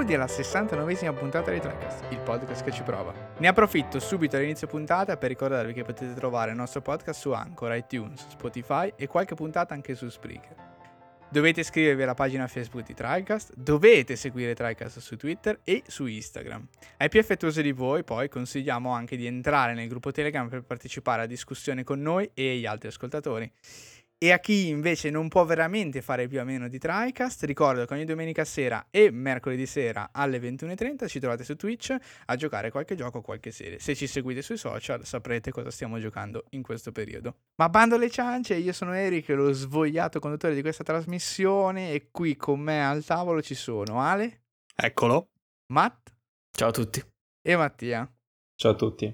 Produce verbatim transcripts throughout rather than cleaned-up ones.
benvenuti alla sessantanovesima puntata di TriCast, il podcast che ci prova. Ne approfitto subito all'inizio puntata per ricordarvi che potete trovare il nostro podcast su Anchor, iTunes, Spotify e qualche puntata anche su Spreaker. Dovete iscrivervi alla pagina Facebook di TriCast, dovete seguire TriCast su Twitter e su Instagram. Ai più affettuosi di voi poi consigliamo anche di entrare nel gruppo Telegram per partecipare a discussioni con noi e gli altri ascoltatori. E a chi invece non può veramente fare più a meno di TriCast, ricordo che ogni domenica sera e mercoledì sera alle ventuno e trenta ci trovate su Twitch a giocare qualche gioco o qualche serie. Se ci seguite sui social saprete cosa stiamo giocando in questo periodo. Ma bando alle ciance, io sono Eric, lo svogliato conduttore di questa trasmissione, e qui con me al tavolo ci sono Ale. Eccolo. Matt. Ciao a tutti. E Mattia. Ciao a tutti.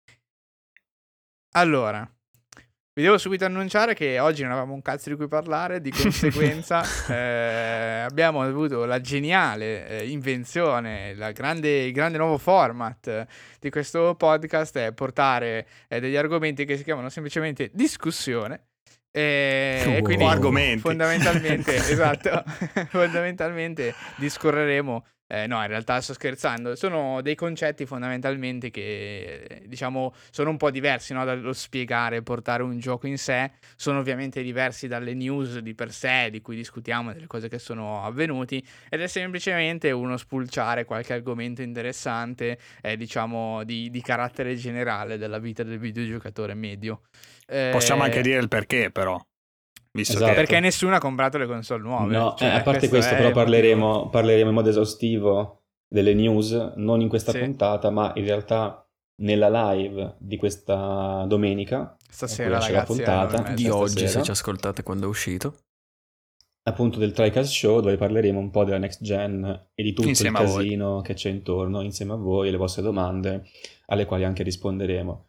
Allora, vi devo subito annunciare che oggi non avevamo un cazzo di cui parlare, di conseguenza eh, abbiamo avuto la geniale eh, invenzione, la grande, il grande nuovo format di questo podcast è portare eh, degli argomenti che si chiamano semplicemente discussione. E uh, quindi argomenti. fondamentalmente, esatto, fondamentalmente discorreremo. Eh, no, in realtà sto scherzando. Sono dei concetti fondamentalmente che, diciamo, sono un po' diversi, no? Dallo spiegare, portare un gioco in sé. Sono ovviamente diversi dalle news di per sé, di cui discutiamo, delle cose che sono avvenuti. Ed è semplicemente uno spulciare qualche argomento interessante, eh, diciamo, di, di carattere generale della vita del videogiocatore medio. Eh, Possiamo anche dire il perché, però. Visto Esatto. che... Perché nessuno ha comprato le console nuove. No, cioè, eh, a parte questo, questo, è però il parleremo, parleremo in modo esaustivo delle news, non in questa Sì. puntata, ma in realtà nella live di questa domenica. Stasera, a cui esce la ragazzi, puntata alle nove e Di mezza. oggi, stasera. se ci ascoltate quando è uscito. Appunto del TriCast Show, dove parleremo un po' della next gen e di tutto Insieme il a voi. casino che c'è intorno, insieme a voi e le vostre domande, alle quali anche risponderemo.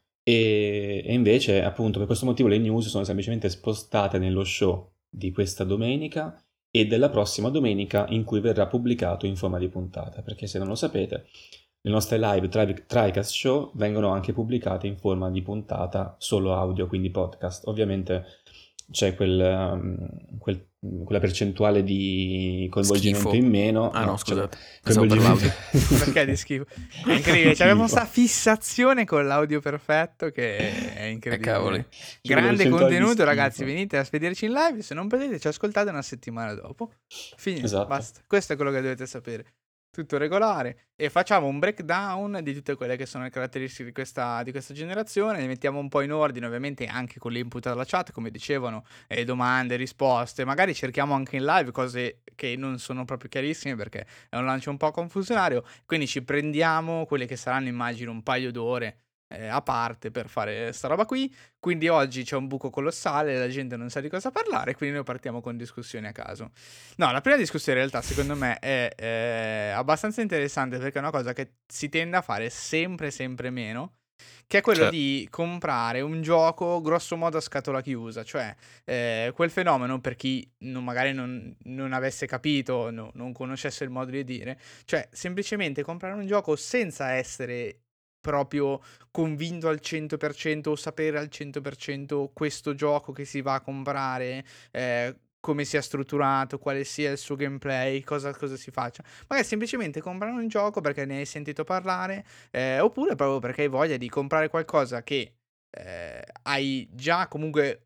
E, e invece, appunto, per questo motivo le news sono semplicemente spostate nello show di questa domenica e della prossima domenica, in cui verrà pubblicato in forma di puntata, perché se non lo sapete, le nostre live tri- TriCast Show vengono anche pubblicate in forma di puntata solo audio, quindi podcast. Ovviamente c'è quel, um, quel- quella percentuale di coinvolgimento Schifo. in meno. Ah no, c'è scusate. Pensavo per coinvolgimento- Perché di schifo? È incredibile, cioè, abbiamo Schifo. questa fissazione con l'audio perfetto che è incredibile. Eh, cavoli. C'è Grande una percentuale di contenuto, schifo. ragazzi, venite a vederci in live, se non potete ci ascoltate una settimana dopo. Finito, Esatto. basta. Questo è quello che dovete sapere. Tutto regolare, e facciamo un breakdown di tutte quelle che sono le caratteristiche di questa, di questa generazione, le mettiamo un po' in ordine, ovviamente anche con l'input dalla chat, come dicevano, eh, domande, risposte, magari cerchiamo anche in live cose che non sono proprio chiarissime perché è un lancio un po' confusionario, quindi ci prendiamo quelle che saranno, immagino, un paio d'ore eh, a parte per fare sta roba qui. Quindi oggi c'è un buco colossale, la gente non sa di cosa parlare, quindi noi partiamo con discussioni a caso. No, la prima discussione in realtà secondo me è eh, abbastanza interessante, perché è una cosa che si tende a fare sempre sempre meno, che è quello Certo. di comprare un gioco grosso modo a scatola chiusa, cioè eh, quel fenomeno, per chi non, magari non, non avesse capito, no, non conoscesse il modo di dire, cioè semplicemente comprare un gioco senza essere proprio convinto al cento per cento o sapere al cento per cento questo gioco che si va a comprare, eh, come sia strutturato, quale sia il suo gameplay, cosa, cosa si faccia. Magari semplicemente comprare un gioco perché ne hai sentito parlare, eh, oppure proprio perché hai voglia di comprare qualcosa che eh, hai già comunque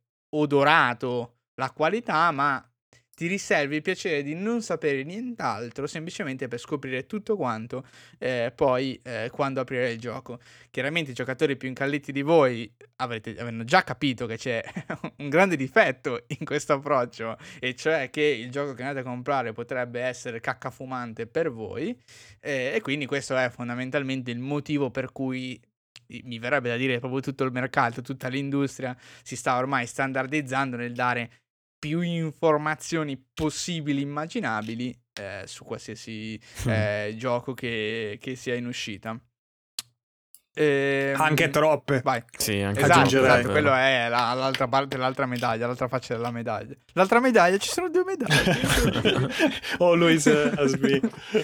odorato la qualità, ma ti riservi il piacere di non sapere nient'altro, semplicemente per scoprire tutto quanto eh, poi eh, quando aprirà il gioco. Chiaramente i giocatori più incalliti di voi avrete, avranno già capito che c'è un grande difetto in questo approccio, e cioè che il gioco che andate a comprare potrebbe essere caccafumante per voi, eh, e quindi questo è fondamentalmente il motivo per cui mi verrebbe da dire proprio tutto il mercato, tutta l'industria si sta ormai standardizzando nel dare più informazioni possibili, immaginabili eh, su qualsiasi eh, gioco che, che sia in uscita. Ehm, Anche troppe. Vai. Sì, anche Esatto, aggiungerei. esatto, quello è la- l'altra parte, l'altra medaglia, l'altra faccia della medaglia. L'altra medaglia, ci sono due medaglie. Always uh, as me.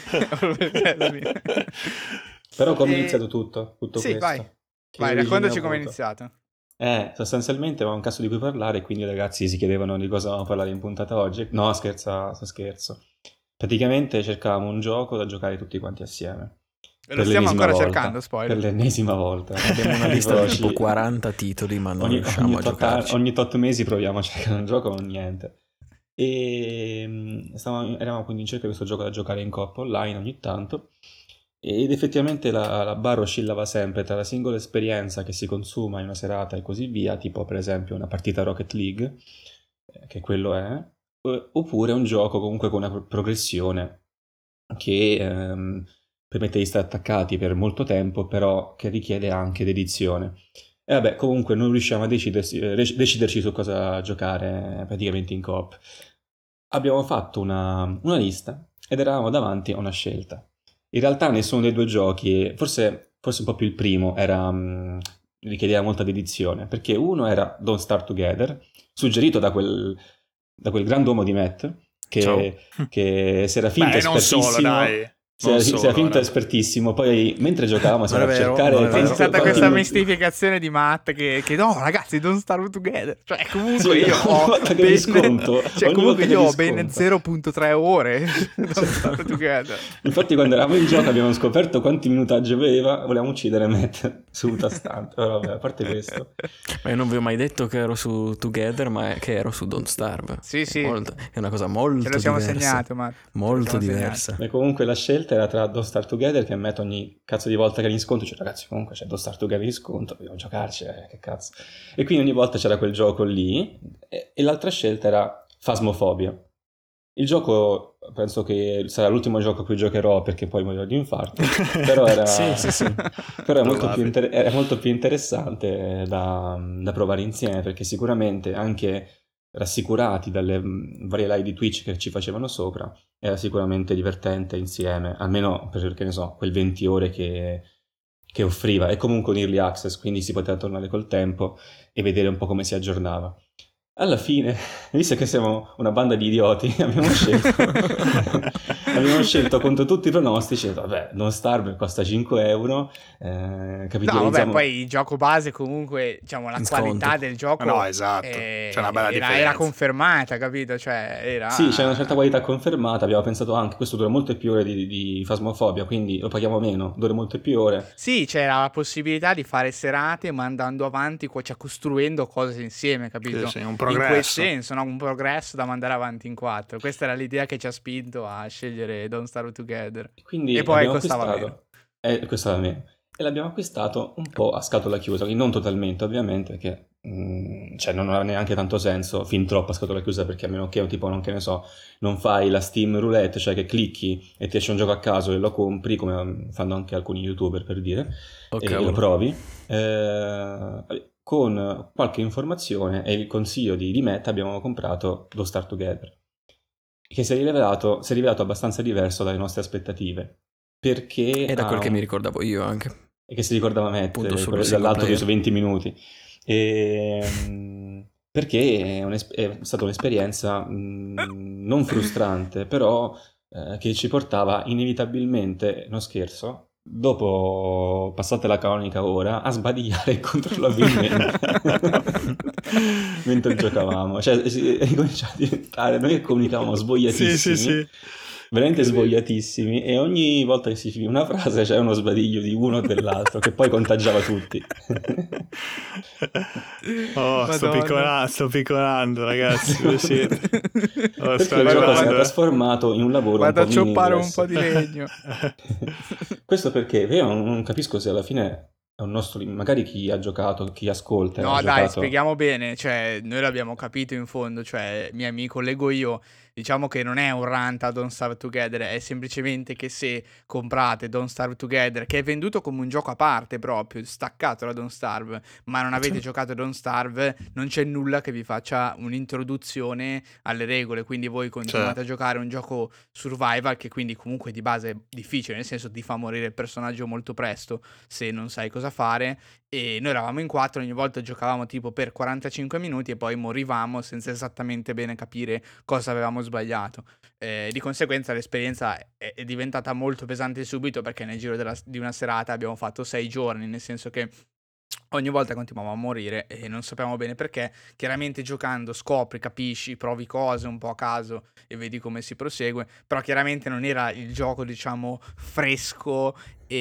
Però come è E- iniziato tutto? Tutto Sì, questo? vai. Che Vai, origine raccontaci ha come è avuto? iniziato. Eh, sostanzialmente aveva un cazzo di cui parlare, quindi i ragazzi si chiedevano di cosa parlare in puntata oggi. No, scherza, sto scherzo. Praticamente cercavamo un gioco da giocare tutti quanti assieme. E lo Per stiamo l'ennesima ancora volta. cercando, Per spoiler. l'ennesima volta. Abbiamo una lista Tipo, di tipo ci- quaranta titoli, ma non ogni, riusciamo ogni a tot, giocarci. ogni tot mesi proviamo a cercare un gioco, non niente. E mm, stavamo- eravamo quindi in cerca di questo gioco da giocare in coppia online ogni tanto. Ed effettivamente la, la barra oscillava sempre tra la singola esperienza che si consuma in una serata e così via, tipo per esempio una partita Rocket League, eh, che quello è, eh, oppure un gioco comunque con una pro- progressione che ehm, permette di stare attaccati per molto tempo, però che richiede anche dedizione. E vabbè, comunque non riusciamo a decidersi- eh, dec- deciderci su cosa giocare praticamente in coop. Abbiamo fatto una, una lista ed eravamo davanti a una scelta. In realtà nessuno dei due giochi, forse, forse un po' più il primo, era, mh, richiedeva molta dedizione, perché uno era Don't Starve Together, suggerito da quel, da quel grand'uomo di Matt, che, che si era finto Beh, non solo, espertissimo, dai. si era, Non si era solo, finto dai. espertissimo, poi mentre giocavamo si Non era è a vero, cercare... non è C'è vero. quanto- stata quanti questa minuti- mistificazione di Matt che, che no ragazzi, don't starve together. Cioè comunque Sì, io ogni ho volta che ben, risconto, cioè ogni comunque volta io che ho ben risconto. zero virgola tre ore don't starve together. Infatti quando eravamo in gioco abbiamo scoperto quanti minutaggi aveva, volevamo uccidere Matt seduta stante, però vabbè, a parte questo. Ma io non vi ho mai detto che ero su Together, ma è che ero su Don't Starve. Sì, È sì. molto- è una cosa molto Ce lo siamo diversa. segnato, Matt. Ce lo Molto siamo segnato. diversa. E comunque la scelta era tra Don't Starve Together, che Matt ogni cazzo di volta che era in sconto dice ragazzi comunque c'è Don't Starve Together in sconto, dobbiamo giocarci, eh, che cazzo. E quindi ogni volta c'era quel gioco lì, e, e l'altra scelta era Phasmophobia. Il gioco penso che sarà l'ultimo gioco a cui giocherò perché poi morirò di infarto, però era... Sì, sì, sì. però è molto, più Probabile. inter- è molto più interessante da, da provare insieme perché sicuramente anche rassicurati dalle mh, varie live di Twitch che ci facevano sopra era sicuramente divertente insieme, almeno per, che ne so, quel venti ore che, che offriva. È comunque un early access, quindi si poteva tornare col tempo e vedere un po' come si aggiornava. Alla fine, visto che siamo una banda di idioti, abbiamo scelto, abbiamo scelto contro tutti i pronostici, vabbè, Don't Starve costa cinque euro, eh, No, capitalizziamo... vabbè, poi il gioco base comunque, diciamo, la In qualità sconto. del gioco No, esatto. eh, C'è una bella era, differenza. era confermata, capito? Cioè, era... Sì, c'è una certa qualità confermata, abbiamo pensato anche, questo dura molte più ore di, di Phasmophobia, quindi lo paghiamo meno, dura molte più ore. Sì, c'era la possibilità di fare serate, ma andando avanti, co- cioè costruendo cose insieme, capito? Sì, sì, un In quel progresso. senso, no? Un progresso da mandare avanti in quattro. Questa era l'idea che ci ha spinto a scegliere Don't Starve Together. Quindi E poi l'abbiamo costava acquistato, eh, costava meno. E l'abbiamo acquistato un po' a scatola chiusa, quindi non totalmente ovviamente, perché mm, cioè, non ha neanche tanto senso, fin troppo a scatola chiusa, perché a meno che tipo, non, che ne so, non fai la Steam Roulette, cioè che clicchi e ti esce un gioco a caso e lo compri, come mm, fanno anche alcuni YouTuber per dire, Oh, e lo cavolo. provi, eh, con qualche informazione e il consiglio di, di Matt abbiamo comprato Don't Starve Together, che si è rivelato, si è rivelato abbastanza diverso dalle nostre aspettative, perché E da quel ha che un- mi ricordavo io anche. e che si ricordava Matt, Appunto, eh, sullo quello single dall'alto player. di venti minuti. E, mm, perché è, un'es- è stata un'esperienza mm, non frustrante, però eh, che ci portava inevitabilmente, non scherzo, dopo passata la canonica ora, a sbadigliare incontrollabilmente mentre giocavamo. Cioè, si- è cominciato a diventare, noi comunicavamo svogliatissimi. Sì, sì, sì. Veramente Incredibile. svogliatissimi, e ogni volta che si finiva una frase c'era uno sbadiglio di uno o dell'altro che poi contagiava tutti. Oh, sto, Madonna. piccola- sto piccolando, ragazzi. Dove siete? Oh, Perché sto il gioco si era arrivando, eh. trasformato in un lavoro Vado un a po' cioppare un meaningless. po' di legno. Questo perché io non, non capisco se alla fine è un nostro, magari chi ha giocato, chi ascolta No, ha dai, giocato. spieghiamo bene, cioè, noi l'abbiamo capito in fondo, cioè, mio amico Lego io, diciamo che non è un rant a Don't Starve Together, è semplicemente che se comprate Don't Starve Together, che è venduto come un gioco a parte proprio, staccato da Don't Starve, ma non avete Sì. giocato a Don't Starve, non c'è nulla che vi faccia un'introduzione alle regole, quindi voi continuate Certo. a giocare un gioco survival che quindi comunque di base è difficile, nel senso ti fa morire il personaggio molto presto se non sai cosa fare. E noi eravamo in quattro, ogni volta giocavamo tipo per quarantacinque minuti e poi morivamo senza esattamente bene capire cosa avevamo sbagliato. Eh, di conseguenza l'esperienza è, è diventata molto pesante subito perché nel giro della- di una serata abbiamo fatto sei giorni, nel senso che ogni volta continuavamo a morire e non sapevamo bene perché. Chiaramente giocando scopri, capisci, provi cose un po' a caso e vedi come si prosegue, però chiaramente non era il gioco, diciamo, fresco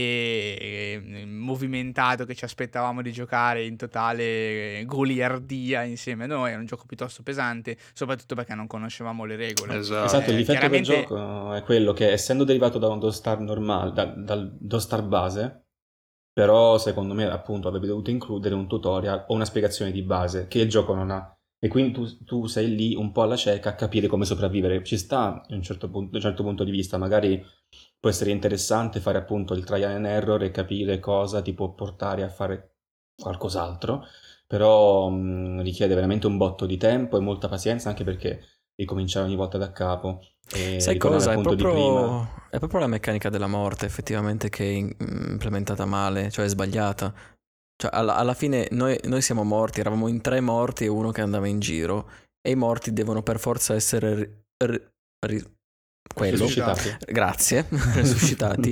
e e movimentato che ci aspettavamo di giocare in totale goliardia insieme a noi. Era un gioco piuttosto pesante, soprattutto perché non conoscevamo le regole. Esatto. Esatto, il Eh, difetto del chiaramente gioco è quello che, essendo derivato da un DOStar normale, da- dal DOStar base, però secondo me appunto avrebbe dovuto includere un tutorial o una spiegazione di base che il gioco non ha. E quindi tu, tu sei lì un po' alla cieca a capire come sopravvivere. Ci sta in un certo punto, da un certo punto di vista, magari può essere interessante fare appunto il trial and error e capire cosa ti può portare a fare qualcos'altro, però mh, richiede veramente un botto di tempo e molta pazienza, anche perché ricominciare ogni volta da capo e Sai ritornare cosa? al È punto di prima. proprio, è proprio la meccanica della morte, effettivamente, che è in- implementata male, cioè è sbagliata. Cioè, alla, alla fine noi, noi siamo morti, eravamo in tre morti e uno che andava in giro, e i morti devono per forza essere ri- ri- ri- quello, Resuscitati. grazie, resuscitati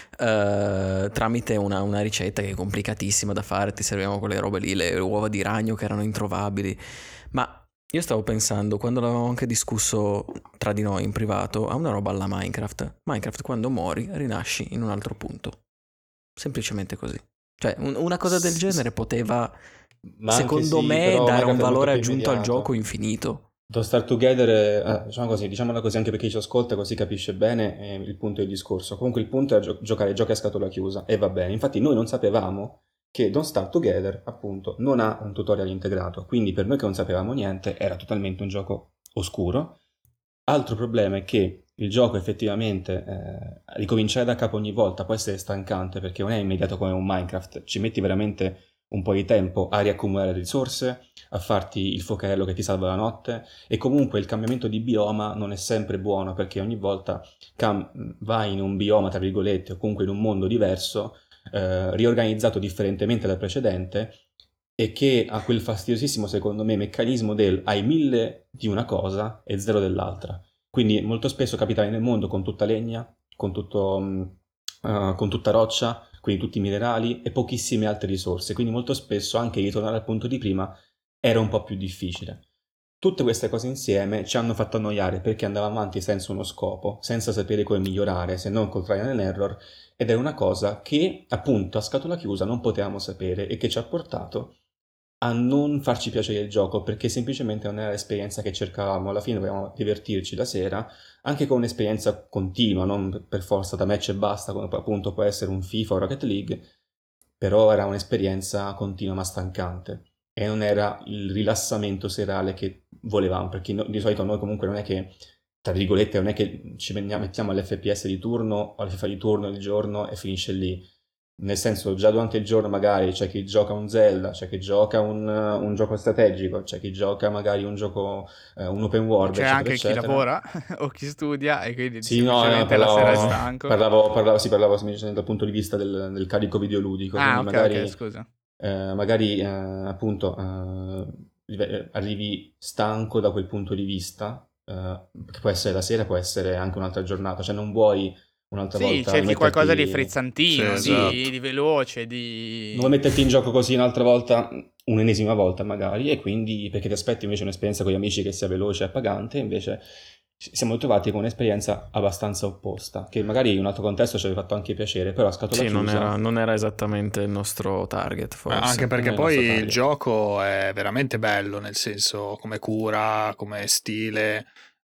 eh, tramite una, una ricetta che è complicatissima da fare. Ti servivano quelle robe lì, le uova di ragno che erano introvabili. Ma io stavo pensando, quando l'avevamo anche discusso tra di noi in privato, a una roba alla Minecraft. Minecraft, quando muori, rinasci in un altro punto. Semplicemente così. Cioè, un- una cosa del genere poteva, Ma anche secondo sì, me, però dare Minecraft un è molto valore più aggiunto al immediato. gioco infinito. Don't Start Together, è- eh, diciamo così, diciamola così anche per chi ci ascolta, così capisce bene eh, il punto del discorso. Comunque il punto è gio- giocare giochi a scatola chiusa e va bene. Infatti noi non sapevamo che Don't Start Together, appunto, non ha un tutorial integrato, quindi per noi che non sapevamo niente era totalmente un gioco oscuro. Altro problema è che il gioco effettivamente, eh, ricominciare da capo ogni volta può essere stancante, perché non è immediato come un Minecraft, ci metti veramente un po' di tempo a riaccumulare risorse, a farti il focherello che ti salva la notte, e comunque il cambiamento di bioma non è sempre buono, perché ogni volta cam- vai in un bioma, tra virgolette, o comunque in un mondo diverso, eh, riorganizzato differentemente dal precedente, e che ha quel fastidiosissimo, secondo me, meccanismo del hai mille di una cosa e zero dell'altra. Quindi molto spesso capitavi nel mondo con tutta legna, con, tutto, mh, uh, con tutta roccia, quindi tutti i minerali e pochissime altre risorse. Quindi molto spesso anche ritornare al punto di prima era un po' più difficile. Tutte queste cose insieme ci hanno fatto annoiare, perché andavamo avanti senza uno scopo, senza sapere come migliorare, se non col trial and error, ed è una cosa che appunto a scatola chiusa non potevamo sapere e che ci ha portato a non farci piacere il gioco, perché semplicemente non era l'esperienza che cercavamo. Alla fine volevamo divertirci la sera, anche con un'esperienza continua, non per forza da match e basta, come appunto può essere un FIFA o Rocket League, però era un'esperienza continua ma stancante, e non era il rilassamento serale che volevamo, perché no- di solito noi comunque non è che, tra virgolette, non è che ci veniamo- mettiamo all'F P S di turno o alla FIFA di turno il giorno e finisce lì. Nel senso, già durante il giorno magari c'è chi gioca un Zelda, c'è chi gioca un, un gioco strategico, c'è chi gioca magari un gioco, eh, un open world, c'è eccetera, anche chi eccetera. lavora o chi studia e quindi Sì, no, no, semplicemente la sera è parlavo, stanco. parlavo, parlavo, sì, parlavo semplicemente dal punto di vista del, del carico videoludico, Ah, quindi ok, magari, ok, scusa. eh, magari eh, appunto eh, rive- arrivi stanco da quel punto di vista, eh, che può essere la sera, può essere anche un'altra giornata, cioè non vuoi un'altra Sì, volta cerchi qualcosa di rimetterti... frizzantino, Sì, di, esatto. di veloce, non vuoi di... metterti in gioco così un'altra volta, un'ennesima volta magari, e quindi perché ti aspetti invece un'esperienza con gli amici che sia veloce e appagante, invece ci siamo ritrovati con un'esperienza abbastanza opposta, che magari in un altro contesto ci aveva fatto anche piacere, però a scatola Sì, non chiusa... era, non era esattamente il nostro target, Ma forse. anche perché non è il poi nostro il target. gioco è veramente bello, nel senso come cura, come stile,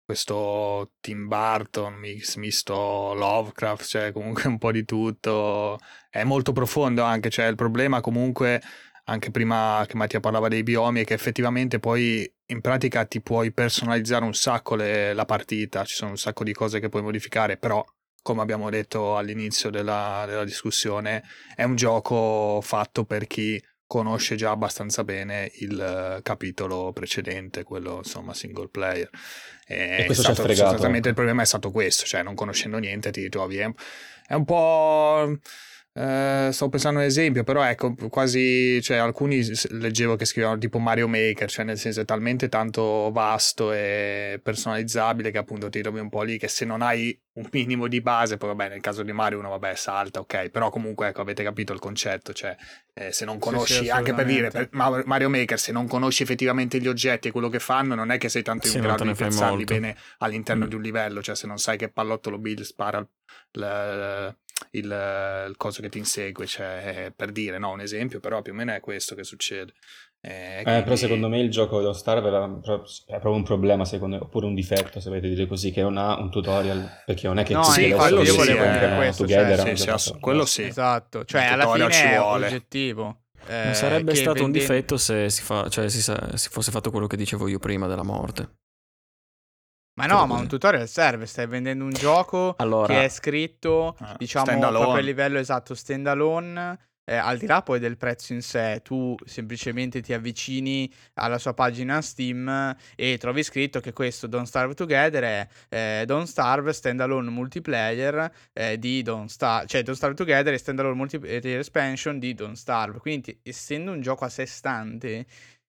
questo Tim Burton mix misto Lovecraft, cioè comunque un po' di tutto, è molto profondo anche, cioè il problema comunque, anche prima che Mattia parlava dei biomi, è che effettivamente poi in pratica ti puoi personalizzare un sacco le- la partita, ci sono un sacco di cose che puoi modificare, però come abbiamo detto all'inizio della, della discussione, è un gioco fatto per chi conosce già abbastanza bene il eh, capitolo precedente, quello insomma single player. E È questo ci ha stato fregato, sostanzialmente ecco. il problema è stato questo, cioè non conoscendo niente ti ritrovi, è, è un po'... Eh, stavo pensando a un esempio, però ecco, quasi, cioè alcuni leggevo che scrivevano tipo Mario Maker, cioè nel senso è talmente tanto vasto e personalizzabile che appunto ti trovi un po' lì che se non hai un minimo di base, poi vabbè nel caso di Mario uno vabbè salta, ok, però comunque ecco avete capito il concetto, cioè eh, se non conosci, sì, sì, anche per dire per Mario Maker, se non conosci effettivamente gli oggetti e quello che fanno, non è che sei tanto Sì, in non grado te di ne fai piazzarli molto. bene all'interno Mm. di un livello, cioè se non sai che pallottolo Bill spara il, il, il coso che ti insegue, cioè per dire, no, un esempio, però più o meno è questo che succede. Eh, Eh, quindi... però secondo me il gioco dello Star aveva pro- è proprio un problema, secondo me, oppure un difetto, se volete dire così, che non ha un tutorial, perché non è che No, tutti sì, adesso infatti quello io sì, volevo eh, dire questo, cioè, Together sì, hanno sì, giocato ass- quello sì. esatto, cioè Il alla tutorial fine ci è vuole. oggettivo. Eh, Non sarebbe che stato un vendendo- difetto se si, fa, cioè si, sa- si fosse fatto quello che dicevo io prima della morte. Ma Solo no, ma così. un tutorial serve, stai vendendo un gioco Allora- che è scritto, Ah, diciamo, standalone. proprio a livello esatto, stand alone, eh, al di là poi del prezzo in sé, tu semplicemente ti avvicini alla sua pagina Steam e trovi scritto che questo Don't Starve Together è eh, Don't Starve standalone multiplayer eh, di Don't Starve, cioè Don't Starve Together è standalone multiplayer expansion di Don't Starve, quindi essendo un gioco a sé stante,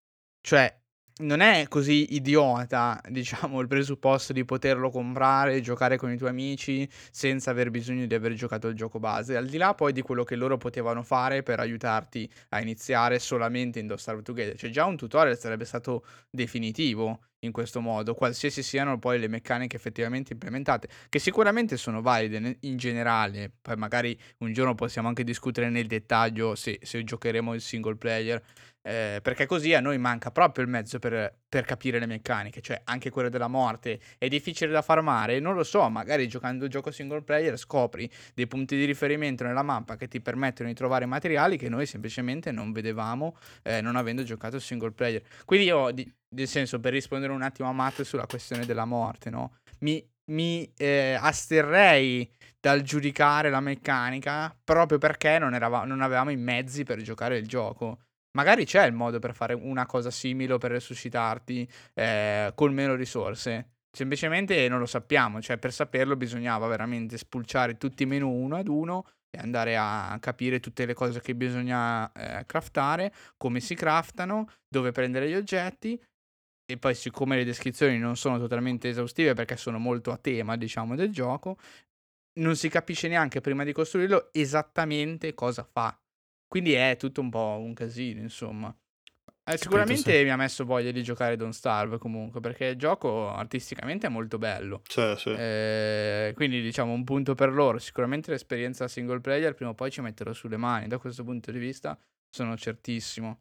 cioè non è così idiota, diciamo, il presupposto di poterlo comprare, giocare con i tuoi amici senza aver bisogno di aver giocato il gioco base, al di là poi di quello che loro potevano fare per aiutarti a iniziare solamente in Don't Starve Together. Cioè già un tutorial sarebbe stato definitivo in questo modo, qualsiasi siano poi le meccaniche effettivamente implementate, che sicuramente sono valide ne- in generale, poi magari un giorno possiamo anche discutere nel dettaglio se, se giocheremo il single player, eh, perché così a noi manca proprio il mezzo per, per capire le meccaniche, cioè anche quello della morte è difficile da farmare, non lo so, magari giocando il gioco single player scopri dei punti di riferimento nella mappa che ti permettono di trovare materiali che noi semplicemente non vedevamo eh, non avendo giocato il single player. Quindi io, di, nel senso, per rispondere un attimo a Matt sulla questione della morte, no? Mi, mi eh, asterrei dal giudicare la meccanica proprio perché non, eravamo, non avevamo i mezzi per giocare il gioco. Magari c'è il modo per fare una cosa simile o per resuscitarti eh, con meno risorse. Semplicemente non lo sappiamo, cioè per saperlo bisognava veramente spulciare tutti i menu uno ad uno e andare a capire tutte le cose che bisogna eh, craftare, come si craftano, dove prendere gli oggetti. E poi siccome le descrizioni non sono totalmente esaustive perché sono molto a tema, diciamo, del gioco, non si capisce neanche prima di costruirlo esattamente cosa fa. Quindi è tutto un po' un casino, insomma. Eh, sicuramente sì. mi ha messo voglia di giocare Don't Starve comunque, perché il gioco artisticamente è molto bello. Sì, sì. Eh, quindi diciamo un punto per loro. Sicuramente l'esperienza single player prima o poi ci metterò sulle mani. Da questo punto di vista sono certissimo.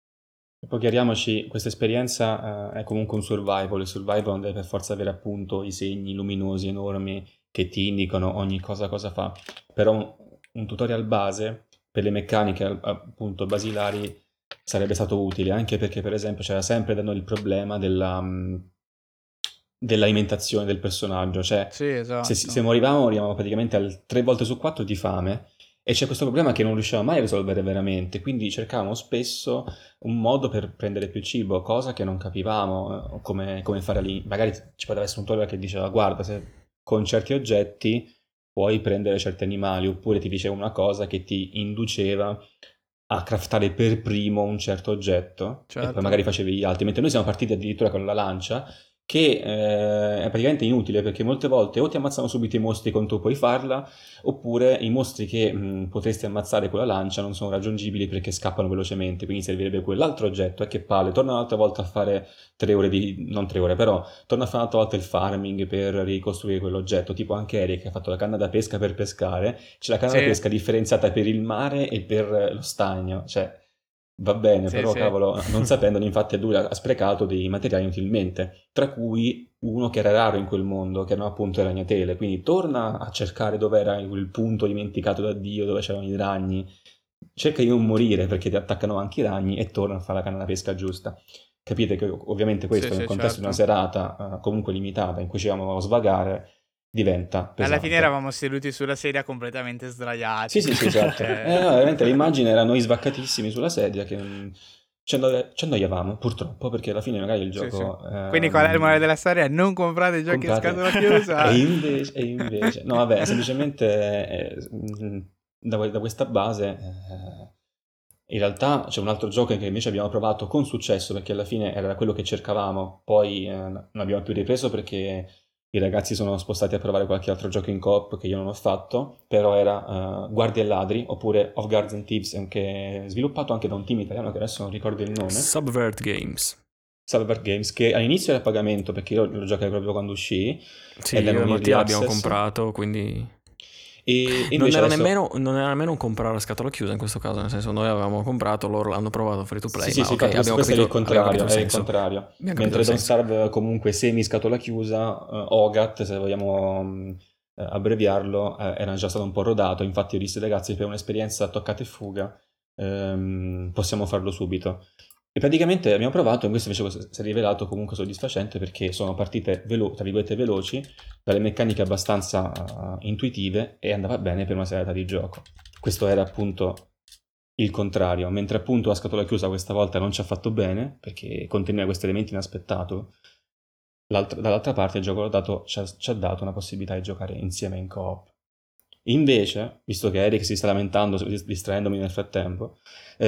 E poi chiariamoci, questa esperienza eh, è comunque un survival, il survival non deve per forza avere appunto i segni luminosi enormi che ti indicano ogni cosa cosa fa, però un, un tutorial base per le meccaniche appunto basilari sarebbe stato utile, anche perché per esempio c'era sempre da noi il problema della, mh, dell'alimentazione del personaggio, cioè Sì, esatto. se, se morivamo morivamo praticamente al tre volte su quattro di fame. E c'è questo problema che non riuscivamo mai a risolvere veramente, quindi cercavamo spesso un modo per prendere più cibo, cosa che non capivamo, eh, come, come fare lì. Magari ci poteva essere un tutorial che diceva guarda, se con certi oggetti puoi prendere certi animali, oppure ti diceva una cosa che ti induceva a craftare per primo un certo oggetto, Certo. e poi magari facevi gli altri, mentre noi siamo partiti addirittura con la lancia, che eh, è praticamente inutile perché molte volte o ti ammazzano subito i mostri quando tu puoi farla, oppure i mostri che mh, potresti ammazzare con la lancia non sono raggiungibili perché scappano velocemente, quindi servirebbe quell'altro oggetto. E che palle, torna un'altra volta a fare tre ore di... non tre ore, però torna a fare un'altra volta il farming per ricostruire quell'oggetto, tipo anche Eric che ha fatto la canna da pesca per pescare, c'è la canna Sì. da pesca differenziata per il mare e per lo stagno, cioè... Va bene, Sì, però sì. cavolo, non sapendolo infatti lui ha sprecato dei materiali inutilmente, tra cui uno che era raro in quel mondo, che erano appunto le ragnatele, quindi torna a cercare dove era quel punto dimenticato da Dio, dove c'erano i ragni, cerca di non morire perché ti attaccano anche i ragni e torna a fare la canna da pesca giusta. Capite che ovviamente questo Sì, nel sì, contesto di una certo. serata eh, comunque limitata in cui ci dovevamo svagare, diventa pesante. Alla fine eravamo seduti sulla sedia completamente sdraiati. Sì, sì, sì, esatto. Eh. Eh, no, veramente l'immagine era noi svaccatissimi sulla sedia che mm, ci, anno- ci annoiavamo, purtroppo, perché alla fine magari il Sì, gioco... sì. Quindi qual è il ehm, morale della storia? Non comprate giochi comprate- a scatola chiusa. e invece, e invece... No, vabbè, semplicemente... eh, mm, da, da questa base eh, in realtà c'è un altro gioco che invece abbiamo provato con successo, perché alla fine era quello che cercavamo, poi eh, non abbiamo più ripreso perché i ragazzi sono spostati a provare qualche altro gioco in coop che io non ho fatto, però era uh, Guardie e Ladri, oppure Of Guards and Thieves, che è sviluppato anche da un team italiano che adesso non ricordo il nome. Subvert Games. Subvert Games, che all'inizio era a pagamento, perché io lo giocai proprio quando uscì. Sì, io e Mattia l'abbiamo comprato, quindi... E, e non, era adesso... nemmeno, non era nemmeno un comprare a scatola chiusa in questo caso, nel senso noi avevamo comprato, loro l'hanno provato free to play. Sì, ma sì, okay, sì, abbiamo questo capito, è il contrario, il è il contrario. Mentre Don't Starve comunque semi scatola chiusa, uh, O G A T, se vogliamo um, abbreviarlo, uh, era già stato un po' rodato, infatti io dissi ragazzi per un'esperienza toccata e fuga um, possiamo farlo subito. E praticamente abbiamo provato, e questo invece si è rivelato comunque soddisfacente perché sono partite velo- tra virgolette veloci, dalle meccaniche abbastanza uh, intuitive e andava bene per una serata di gioco. Questo era appunto il contrario, mentre appunto la scatola chiusa questa volta non ci ha fatto bene perché conteneva questi elementi inaspettato. L'altra, dall'altra parte il gioco dato, ci, ha, ci ha dato una possibilità di giocare insieme in co-op. Invece, visto che Eric si sta lamentando, distraendomi nel frattempo,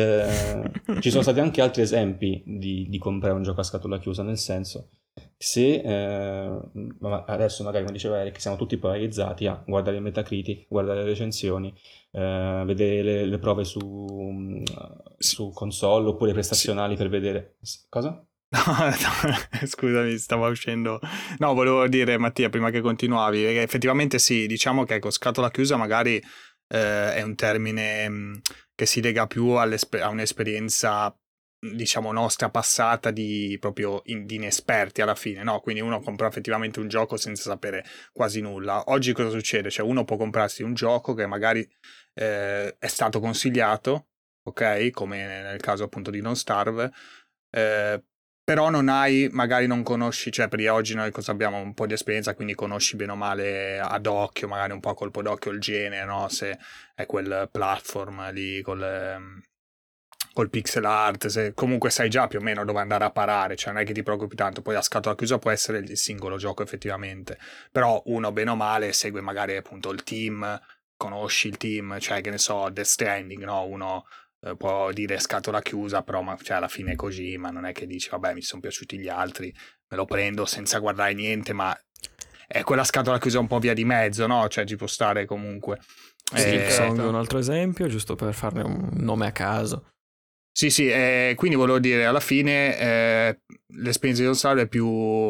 eh, ci sono stati anche altri esempi di, di comprare un gioco a scatola chiusa, nel senso, se eh, adesso magari come diceva Eric siamo tutti polarizzati a guardare il Metacritic, guardare le recensioni, eh, vedere le, le prove su, su console oppure prestazionali per vedere... Cosa? No, no, scusami, stava uscendo. No, volevo dire, Mattia, prima che continuavi, che effettivamente sì, diciamo che ecco, scatola chiusa magari eh, è un termine mh, che si lega più a un'esperienza, diciamo, nostra passata di proprio in, di inesperti alla fine, no? Quindi uno compra effettivamente un gioco senza sapere quasi nulla. Oggi cosa succede? Cioè uno può comprarsi un gioco che magari eh, è stato consigliato, ok? Come nel caso appunto di Don't Starve, eh, però non hai, magari non conosci, cioè per oggi noi cosa abbiamo un po' di esperienza, quindi conosci bene o male ad occhio, magari un po' a colpo d'occhio il genere, no? Se è quel platform lì col, col pixel art, se comunque sai già più o meno dove andare a parare, cioè non è che ti preoccupi tanto, poi a scatola chiusa può essere il singolo gioco effettivamente, però uno bene o male segue magari appunto il team, conosci il team, cioè che ne so, Death Stranding, no? Uno... può dire scatola chiusa, però ma, cioè, alla fine è così, ma non è che dici vabbè mi sono piaciuti gli altri, me lo prendo senza guardare niente, ma è quella scatola chiusa un po' via di mezzo, no? Cioè ci può stare comunque. Sì, eh, Song è un altro esempio, giusto per farne un nome a caso. Sì, sì, eh, quindi volevo dire, alla fine eh, l'esperienza di Don't Starve è più,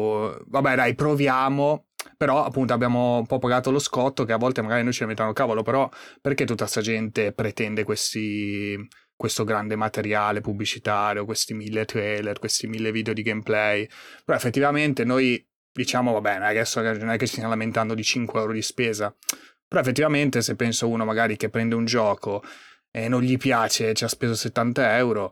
vabbè dai, proviamo, però appunto abbiamo un po' pagato lo scotto che a volte magari noi ci mettiamo cavolo, però perché tutta sta gente pretende questi, questo grande materiale pubblicitario, questi mille trailer, questi mille video di gameplay? Però effettivamente noi diciamo vabbè, adesso non è che ci stiamo lamentando di cinque euro di spesa, però effettivamente se penso uno magari che prende un gioco e non gli piace, ci ha speso settanta euro,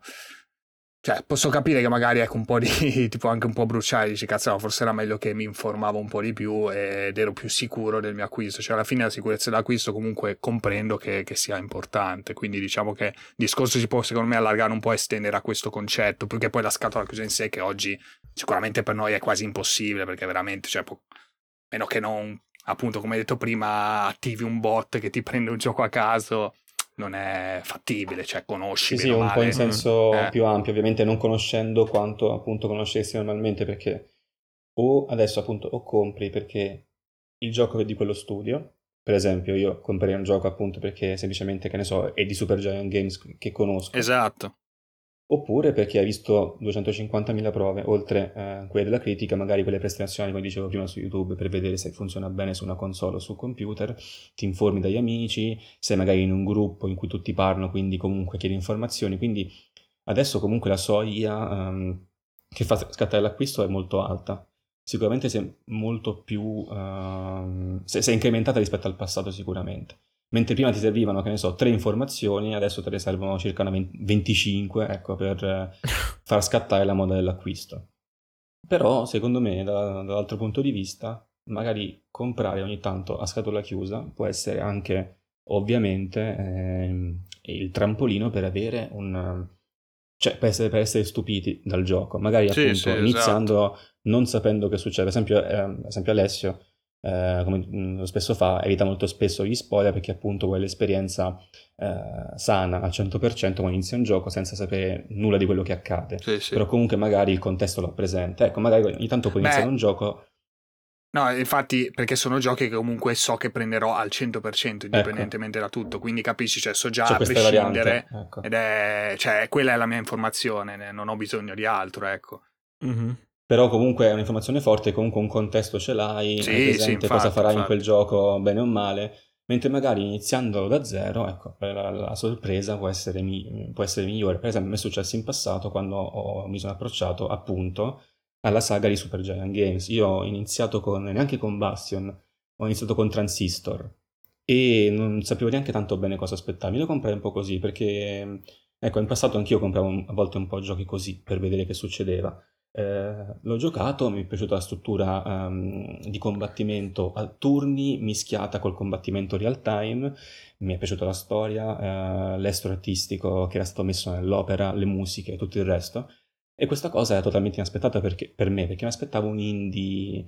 cioè posso capire che magari ecco un po' di tipo anche un po' bruciare, dici cazzo no, forse era meglio che mi informavo un po' di più ed ero più sicuro del mio acquisto, cioè alla fine la sicurezza dell'acquisto comunque comprendo che, che sia importante, quindi diciamo che il discorso si può secondo me allargare un po' e estendere a questo concetto, più che poi la scatola chiusa in sé che oggi sicuramente per noi è quasi impossibile, perché veramente cioè po- meno che non appunto come hai detto prima attivi un bot che ti prende un gioco a caso, non è fattibile, cioè conosci sì, bene sì, o un male. po' in senso eh. più ampio, ovviamente non conoscendo quanto appunto conoscessi normalmente, perché o adesso appunto o compri perché il gioco è di quello studio, per esempio io comprerei un gioco appunto perché semplicemente, che ne so, è di Supergiant Games che conosco. Esatto. Oppure perché hai visto duecentocinquantamila prove, oltre eh, quelle della critica, magari quelle prestazionali, come dicevo prima su YouTube, per vedere se funziona bene su una console o sul computer, ti informi dagli amici, sei magari in un gruppo in cui tutti parlano, quindi comunque chiedi informazioni, quindi adesso comunque la soglia um, che fa scattare l'acquisto è molto alta, sicuramente si è molto più, uh, si è incrementata rispetto al passato sicuramente. Mentre prima ti servivano, che ne so, tre informazioni, adesso te ne servono circa una venticinque, ecco, per eh, far scattare la moda dell'acquisto. Però, secondo me, da, dall'altro punto di vista, magari comprare ogni tanto a scatola chiusa può essere anche, ovviamente, ehm, il trampolino per avere un... cioè, per essere, per essere stupiti dal gioco. Magari, Sì, appunto, sì, iniziando esatto. non sapendo che succede. Per esempio, eh, per esempio Alessio... eh, come mh, spesso fa, evita molto spesso gli spoiler perché appunto vuole l'esperienza eh, sana al cento per cento quando inizia un gioco senza sapere nulla di quello che accade. Sì, sì. Però comunque magari il contesto lo presenta. Ecco, magari ogni tanto puoi Beh, iniziare un gioco... No, infatti, perché sono giochi che comunque so che prenderò al cento per cento indipendentemente ecco. da tutto, quindi capisci, cioè so già C'è a prescindere, ecco. ed è, cioè, quella è la mia informazione, non ho bisogno di altro, ecco. Mm-hmm. Però comunque è un'informazione forte, comunque un contesto ce l'hai, sì, hai presente sì, infatti, cosa farai infatti. in quel gioco, bene o male, mentre magari iniziandolo da zero, ecco, la, la sorpresa può essere, mi, può essere migliore. Per esempio, mi è successo in passato quando ho, mi sono approcciato appunto alla saga di Supergiant Games. Io ho iniziato con, neanche con Bastion, ho iniziato con Transistor e non sapevo neanche tanto bene cosa aspettarmi. Lo comprai un po' così perché, ecco, in passato anch'io compravo a volte un po' giochi così per vedere che succedeva. Eh, l'ho giocato, mi è piaciuta la struttura um, di combattimento a turni mischiata col combattimento real time, mi è piaciuta la storia, uh, l'estro artistico che era stato messo nell'opera, le musiche e tutto il resto. E questa cosa era totalmente inaspettata perché, per me, perché mi aspettavo un indie,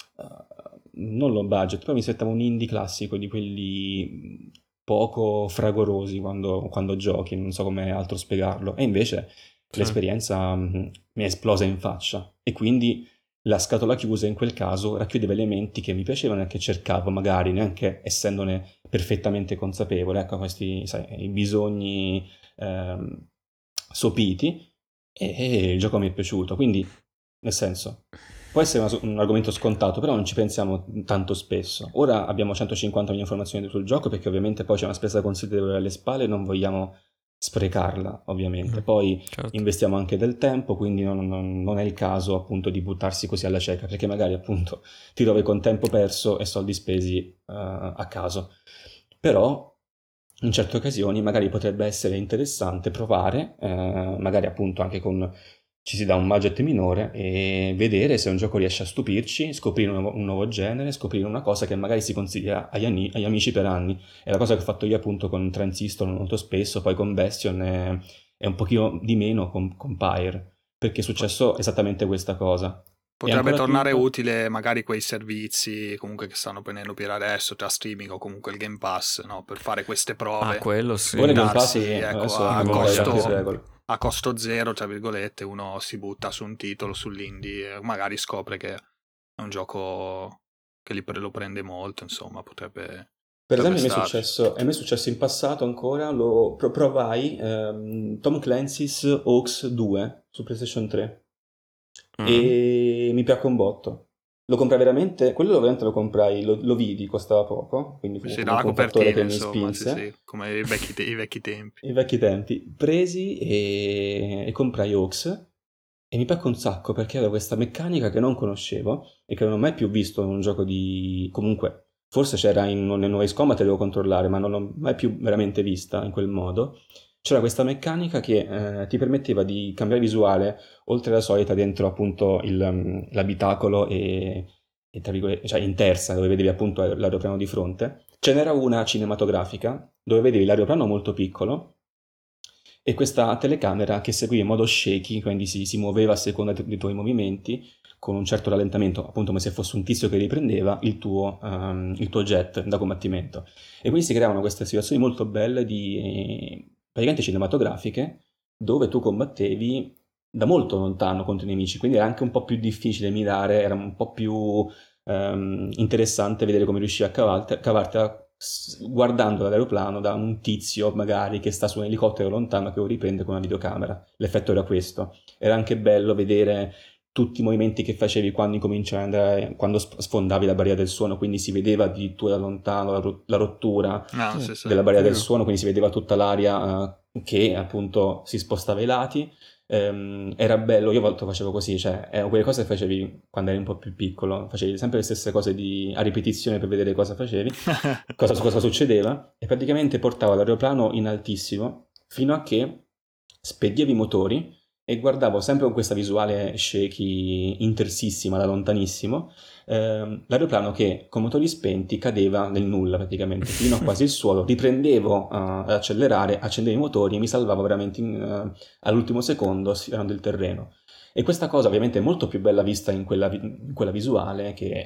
uh, non low budget, però mi aspettavo un indie classico di quelli poco fragorosi quando, quando giochi, non so come altro spiegarlo. E invece sì. l'esperienza mh, mi è esplosa in faccia. E quindi la scatola chiusa in quel caso racchiudeva elementi che mi piacevano e che cercavo, magari neanche essendone perfettamente consapevole. Ecco, questi, sai, i bisogni ehm, sopiti. E il gioco mi è piaciuto, quindi nel senso può essere una, un argomento scontato, però non ci pensiamo tanto spesso. Ora abbiamo centocinquantamila informazioni sul gioco perché ovviamente poi c'è una spesa considerevole alle spalle e non vogliamo sprecarla, ovviamente. Poi certo. investiamo anche del tempo, quindi non, non, non è il caso appunto di buttarsi così alla cieca, perché magari appunto ti trovi con tempo perso e soldi spesi uh, a caso. Però in certe occasioni magari potrebbe essere interessante provare, eh, magari appunto anche con ci si dà un budget minore e vedere se un gioco riesce a stupirci, scoprire un nuovo, un nuovo genere, scoprire una cosa che magari si consiglia agli, anni, agli amici per anni. È la cosa che ho fatto io appunto con Transistor molto spesso, poi con Bastion e, e un pochino di meno con, con Pyre, perché è successo esattamente questa cosa. Potrebbe tornare più... utile magari quei servizi comunque che stanno prendendo per adesso, tra streaming o comunque il Game Pass, no? Per fare queste prove. Ah, quello sì. Poi il Game Pass ecco, a, costo, a costo zero, tra virgolette, uno si butta su un titolo, sull'indie, e magari scopre che è un gioco che lo prende molto, insomma, potrebbe... Per esempio mi è successo, a me è successo in passato ancora, lo provai ehm, Tom Clancy's Hawks due su PlayStation tre. Mm. E mi piacque un botto. Lo comprai veramente, quello veramente lo comprai, lo, lo vidi, costava poco, quindi fu sì, un fattore che insomma, mi spinse. Sì, sì, come i vecchi, te- i vecchi tempi. I vecchi tempi. Presi e, e comprai Hawks e mi piacque un sacco perché aveva questa meccanica che non conoscevo e che non ho mai più visto in un gioco di... comunque, forse c'era in nel nuovo Ace Combat e devo controllare, ma non l'ho mai più veramente vista in quel modo. C'era questa meccanica che eh, ti permetteva di cambiare visuale oltre alla solita dentro appunto il, l'abitacolo e, e tra virgolette, cioè in terza dove vedevi appunto l'aeroplano di fronte. Ce n'era una cinematografica dove vedevi l'aeroplano molto piccolo e questa telecamera che seguiva in modo shaky, quindi si, si muoveva a seconda dei tuoi movimenti con un certo rallentamento, appunto come se fosse un tizio che riprendeva il tuo, um, il tuo jet da combattimento. E quindi si creavano queste situazioni molto belle di... praticamente cinematografiche, dove tu combattevi da molto lontano contro i nemici, quindi era anche un po' più difficile mirare, era un po' più um, interessante vedere come riuscivi a cavarti, cavartela guardando dall'aeroplano da un tizio magari che sta su un elicottero lontano che lo riprende con una videocamera. L'effetto era questo. Era anche bello vedere tutti i movimenti che facevi quando incominciavi ad andare, quando sfondavi la barriera del suono, quindi si vedeva addirittura da lontano la, rot- la rottura no, sì, sì. della barriera del suono, quindi si vedeva tutta l'aria uh, che appunto si spostava ai lati. Um, era bello, io a volte facevo così, cioè erano quelle cose che facevi quando eri un po' più piccolo, facevi sempre le stesse cose di, a ripetizione per vedere cosa facevi, cosa, cosa succedeva, e praticamente portavo l'aeroplano in altissimo fino a che spegnevi i motori e guardavo sempre con questa visuale shaky intersissima da lontanissimo ehm, l'aeroplano che con motori spenti cadeva nel nulla praticamente fino a quasi il suolo. Riprendevo uh, ad accelerare, accendevo i motori e mi salvavo veramente in, uh, all'ultimo secondo sfiorando il terreno. E questa cosa ovviamente è molto più bella vista in quella, in quella visuale che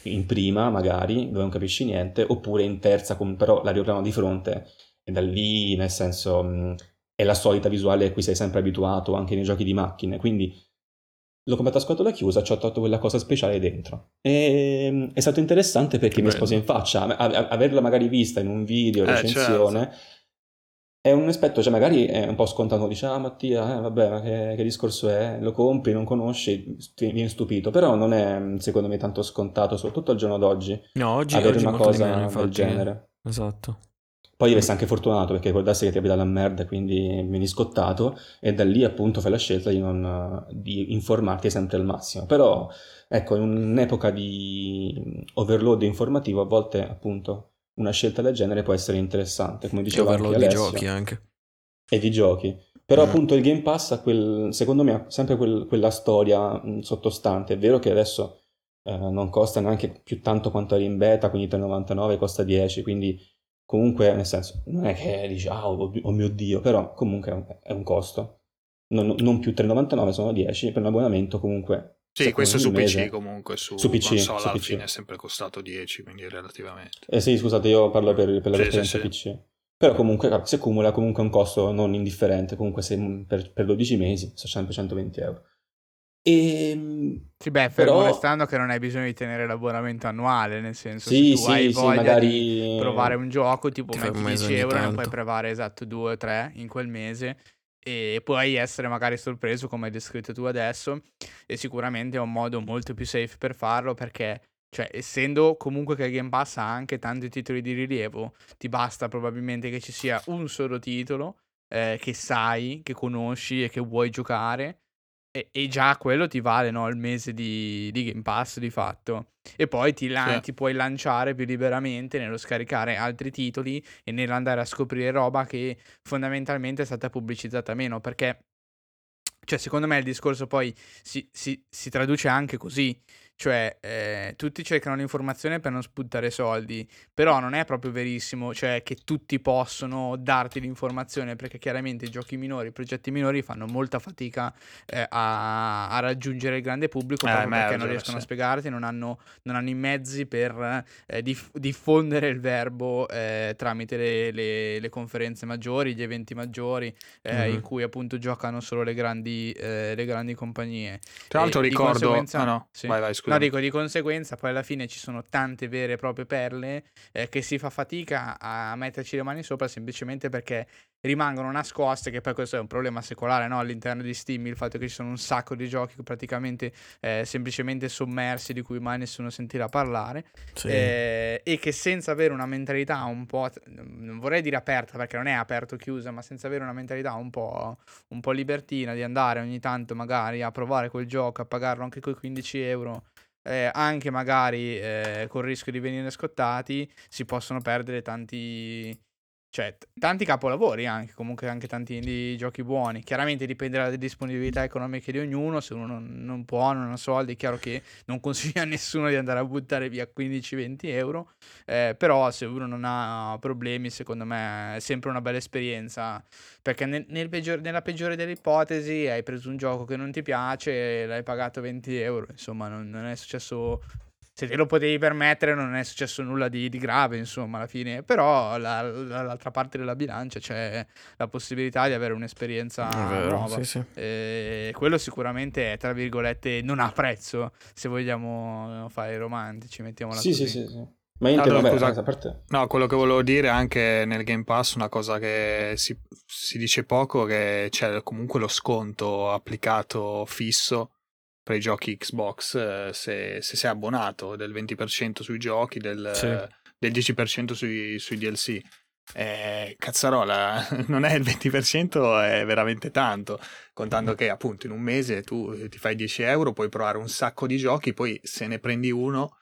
in prima magari, dove non capisci niente, oppure in terza con però l'aeroplano di fronte, e da lì, nel senso, mh, è la solita visuale a cui sei sempre abituato anche nei giochi di macchine, quindi l'ho comprato a scatola chiusa, ci ho tolto quella cosa speciale dentro. E mh, è stato interessante perché Che mi bello. espose in faccia, a- a- averla magari vista in un video, Eh, recensione, è un aspetto, cioè magari è un po' scontato, dici, ah Mattia, eh, vabbè, ma che, che discorso è? Lo compri, non conosci, ti vieni stupito, però non è secondo me tanto scontato, soprattutto al giorno d'oggi, No, oggi, avere oggi una molto di cosa meno, del infatti. genere. Esatto. Poi devi essere anche fortunato perché ricordarsi che ti abita la merda, quindi vieni scottato e da lì appunto fai la scelta di, non, di informarti sempre al massimo. Però ecco, in un'epoca di overload informativo a volte appunto una scelta del genere può essere interessante, come E diceva anche overload di Alessio, giochi anche. e di giochi. Però Mm. appunto il Game Pass ha quel, secondo me ha sempre quel- quella storia mh, sottostante. È vero che adesso eh, non costa neanche più tanto quanto era in beta, quindi tre e novantanove costa dieci, quindi comunque nel senso non è che dici ah oh, oh mio Dio, però comunque è un, è un costo. Non, non più tre e novantanove, sono dieci per un abbonamento comunque. Sì, se questo ogni su P C mese- comunque, su, Su P C, console su alla P C. fine è sempre costato dieci, quindi relativamente. Eh sì, scusate, io parlo per, per la Sì, esperienza sì, P C. Però comunque si accumula comunque un costo non indifferente, comunque se per, per dodici mesi sono sempre centoventi euro. E Sì, beh, fermo però restando che non hai bisogno di tenere l'abbonamento annuale, nel senso, sì, se tu hai sì, sì, voglia magari di provare un gioco, tipo Ti fai metti un mese dieci ogni euro, ne puoi tanto. provare esatto due o tre in quel mese e puoi essere magari sorpreso come hai descritto tu adesso e sicuramente è un modo molto più safe per farlo perché, cioè, essendo comunque che il Game Pass ha anche tanti titoli di rilievo, ti basta probabilmente che ci sia un solo titolo eh, che sai, che conosci e che vuoi giocare. E, e già quello ti vale, no, il mese di, di Game Pass di fatto. E poi ti, la- Sì. ti puoi lanciare più liberamente nello scaricare altri titoli e nell'andare a scoprire roba che fondamentalmente è stata pubblicizzata meno. Perché, cioè, secondo me il discorso poi si, si- si traduce anche così. Cioè, eh, tutti cercano l'informazione per non spuntare soldi, però non è proprio verissimo, cioè che tutti possono darti l'informazione, perché chiaramente i giochi minori, i progetti minori fanno molta fatica eh, a, a raggiungere il grande pubblico Eh, proprio perché non emergere, riescono sì. a spiegarti, non hanno, non hanno i mezzi per eh, diff- diffondere il verbo eh, tramite le, le- le conferenze maggiori, gli eventi maggiori, eh, Mhm. in cui appunto giocano solo le grandi, eh, le grandi compagnie. Tra l'altro E di ricordo... conseguenza- Ah no, sì. vai vai, No, scusa. dico di conseguenza, poi alla fine ci sono tante vere e proprie perle eh, che si fa fatica a metterci le mani sopra semplicemente perché rimangono nascoste, che poi questo è un problema secolare, no? All'interno di Steam, il fatto che ci sono un sacco di giochi praticamente eh, semplicemente sommersi di cui mai nessuno sentirà parlare Sì. eh, e che senza avere una mentalità un po', non vorrei dire aperta perché non è aperto chiusa, ma senza avere una mentalità un po', un po' libertina di andare ogni tanto magari a provare quel gioco, a pagarlo anche quei quindici euro, eh, anche magari eh, col rischio di venire scottati, si possono perdere tanti, cioè t- tanti capolavori anche, comunque anche tanti indie giochi buoni. Chiaramente dipende dalle disponibilità economiche di ognuno, se uno non, non può, non ha soldi, è chiaro che non consiglio a nessuno di andare a buttare via quindici venti euro, eh, però se uno non ha problemi, secondo me è sempre una bella esperienza, perché nel, nel peggior- nella peggiore delle ipotesi hai preso un gioco che non ti piace e l'hai pagato venti euro, insomma non, non è successo, se te lo potevi permettere non è successo nulla di, di grave, insomma, alla fine, però la- la- dall'altra parte della bilancia c'è la possibilità di avere un'esperienza È vero, nuova. sì, sì. E quello sicuramente è, tra virgolette, non ha prezzo, se vogliamo fare i romantici, mettiamola sì, così. sì, sì, sì. Ma io No, intendo, no, vabbè, scusa. a parte... No, quello che volevo dire anche nel Game Pass, una cosa che si, si dice poco, che c'è comunque lo sconto applicato fisso per i giochi Xbox eh, se, se sei abbonato, del venti per cento sui giochi, del, Sì. del dieci per cento sui, sui D L C. Eh, cazzarola, non è il venti per cento, è veramente tanto, contando che appunto in un mese tu ti fai dieci euro, puoi provare un sacco di giochi, poi se ne prendi uno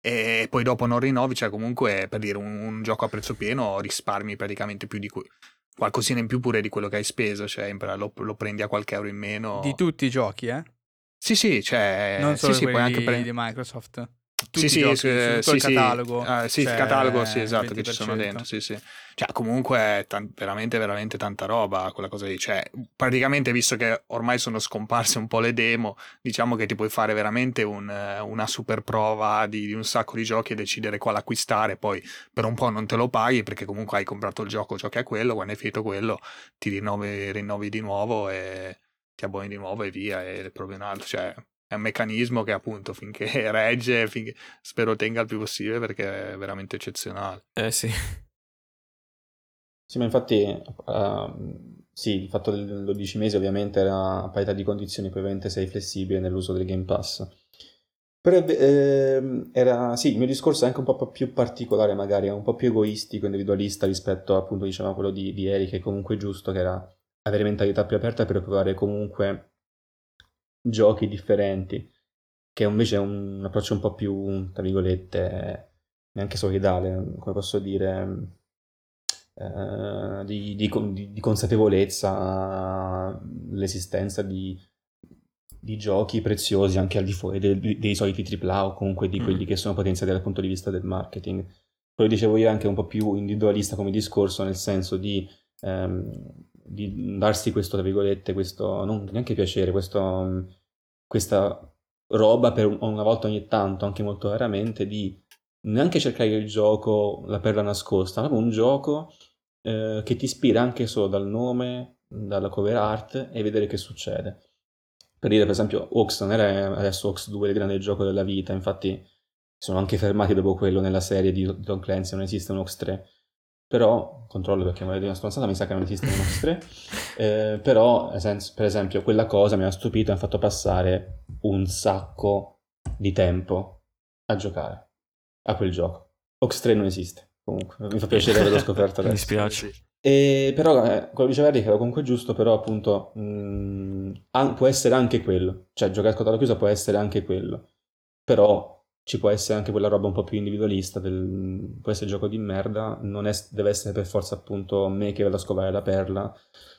e poi dopo non rinnovi, cioè comunque per dire un, un gioco a prezzo pieno risparmi praticamente più di cui qualcosina in più pure di quello che hai speso, cioè lo, lo prendi a qualche euro in meno. Di tutti i giochi, eh? Sì, sì, cioè Non solo sì, sì, quelli puoi anche di, pre- di Microsoft. tutti sì, i giochi, sì, su tutto sì, il sì, catalogo. eh, sì, il C'è catalogo, sì, il esatto, che venti ci per sono cento. dentro, sì, sì. Cioè, comunque è tan- veramente, veramente tanta roba quella cosa lì. Cioè, praticamente, visto che ormai sono scomparse un po' le demo, diciamo che ti puoi fare veramente un, eh, una super prova di, di un sacco di giochi e decidere quale acquistare. Poi per un po' non te lo paghi perché comunque hai comprato il gioco, giochi a quello, quando è finito quello ti rinnovi, rinnovi di nuovo e ti abboni di nuovo e via, e provi un altro. Cioè, è un meccanismo che appunto finché regge, finché spero tenga il più possibile perché è veramente eccezionale. Eh sì. Sì, ma infatti, ehm, sì, il fatto del dodici mesi ovviamente era a parità di condizioni, poi ovviamente sei flessibile nell'uso del Game Pass. Però ehm, era, sì, il mio discorso è anche un po' più particolare, magari, è un po' più egoistico, individualista rispetto appunto, diciamo, a quello di, di Eric, che è comunque giusto, che era avere mentalità più aperta per provare comunque giochi differenti, che invece è un approccio un po' più, tra virgolette, neanche solidale, come posso dire, eh, di, di con- di- di consapevolezza l'esistenza di, di giochi preziosi anche al di fuori dei, dei soliti tripla A o comunque di quelli Mm. che sono potenziati dal punto di vista del marketing. Quello che dicevo io è anche un po' più individualista come discorso, nel senso di, ehm, di darsi questo, tra virgolette, questo, non neanche piacere, questo, questa roba per un- una volta ogni tanto, anche molto raramente, di neanche cercare il gioco, la perla nascosta, ma proprio un gioco eh, che ti ispira anche solo dal nome, dalla cover art e vedere che succede. Per dire, per esempio, Ox non era adesso Ox due il grande gioco della vita, infatti sono anche fermati dopo quello nella serie di Tom Clancy, non esiste un Ox tre. Però, controllo perché magari è una stronzata, mi sa che non esiste un Ox tre. Eh, però, per esempio, quella cosa mi ha stupito e mi ha fatto passare un sacco di tempo a giocare a quel gioco. Ox tre non esiste, comunque, mi fa piacere averlo scoperto Mi adesso. dispiace. Sì, sì. E però, eh, quello diceva Eric era comunque giusto, però appunto mh, an- può essere anche quello, cioè giocare a scatola chiusa può essere anche quello, però ci può essere anche quella roba un po' più individualista, del, può essere gioco di merda, non è- deve essere per forza appunto me che vado a scovare la perla.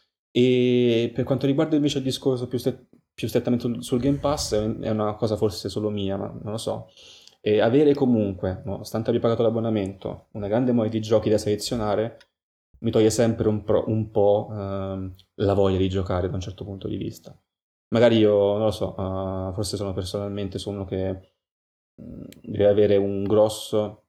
E per quanto riguarda invece il discorso più, stre- più strettamente sul, sul Game Pass, è è una cosa forse solo mia, ma non lo so. E avere comunque, nonostante abbia pagato l'abbonamento, una grande mole di giochi da selezionare mi toglie sempre un, pro- un po' ehm, la voglia di giocare da un certo punto di vista. Magari io, non lo so, eh, forse sono personalmente sono uno che mh, deve avere un grosso,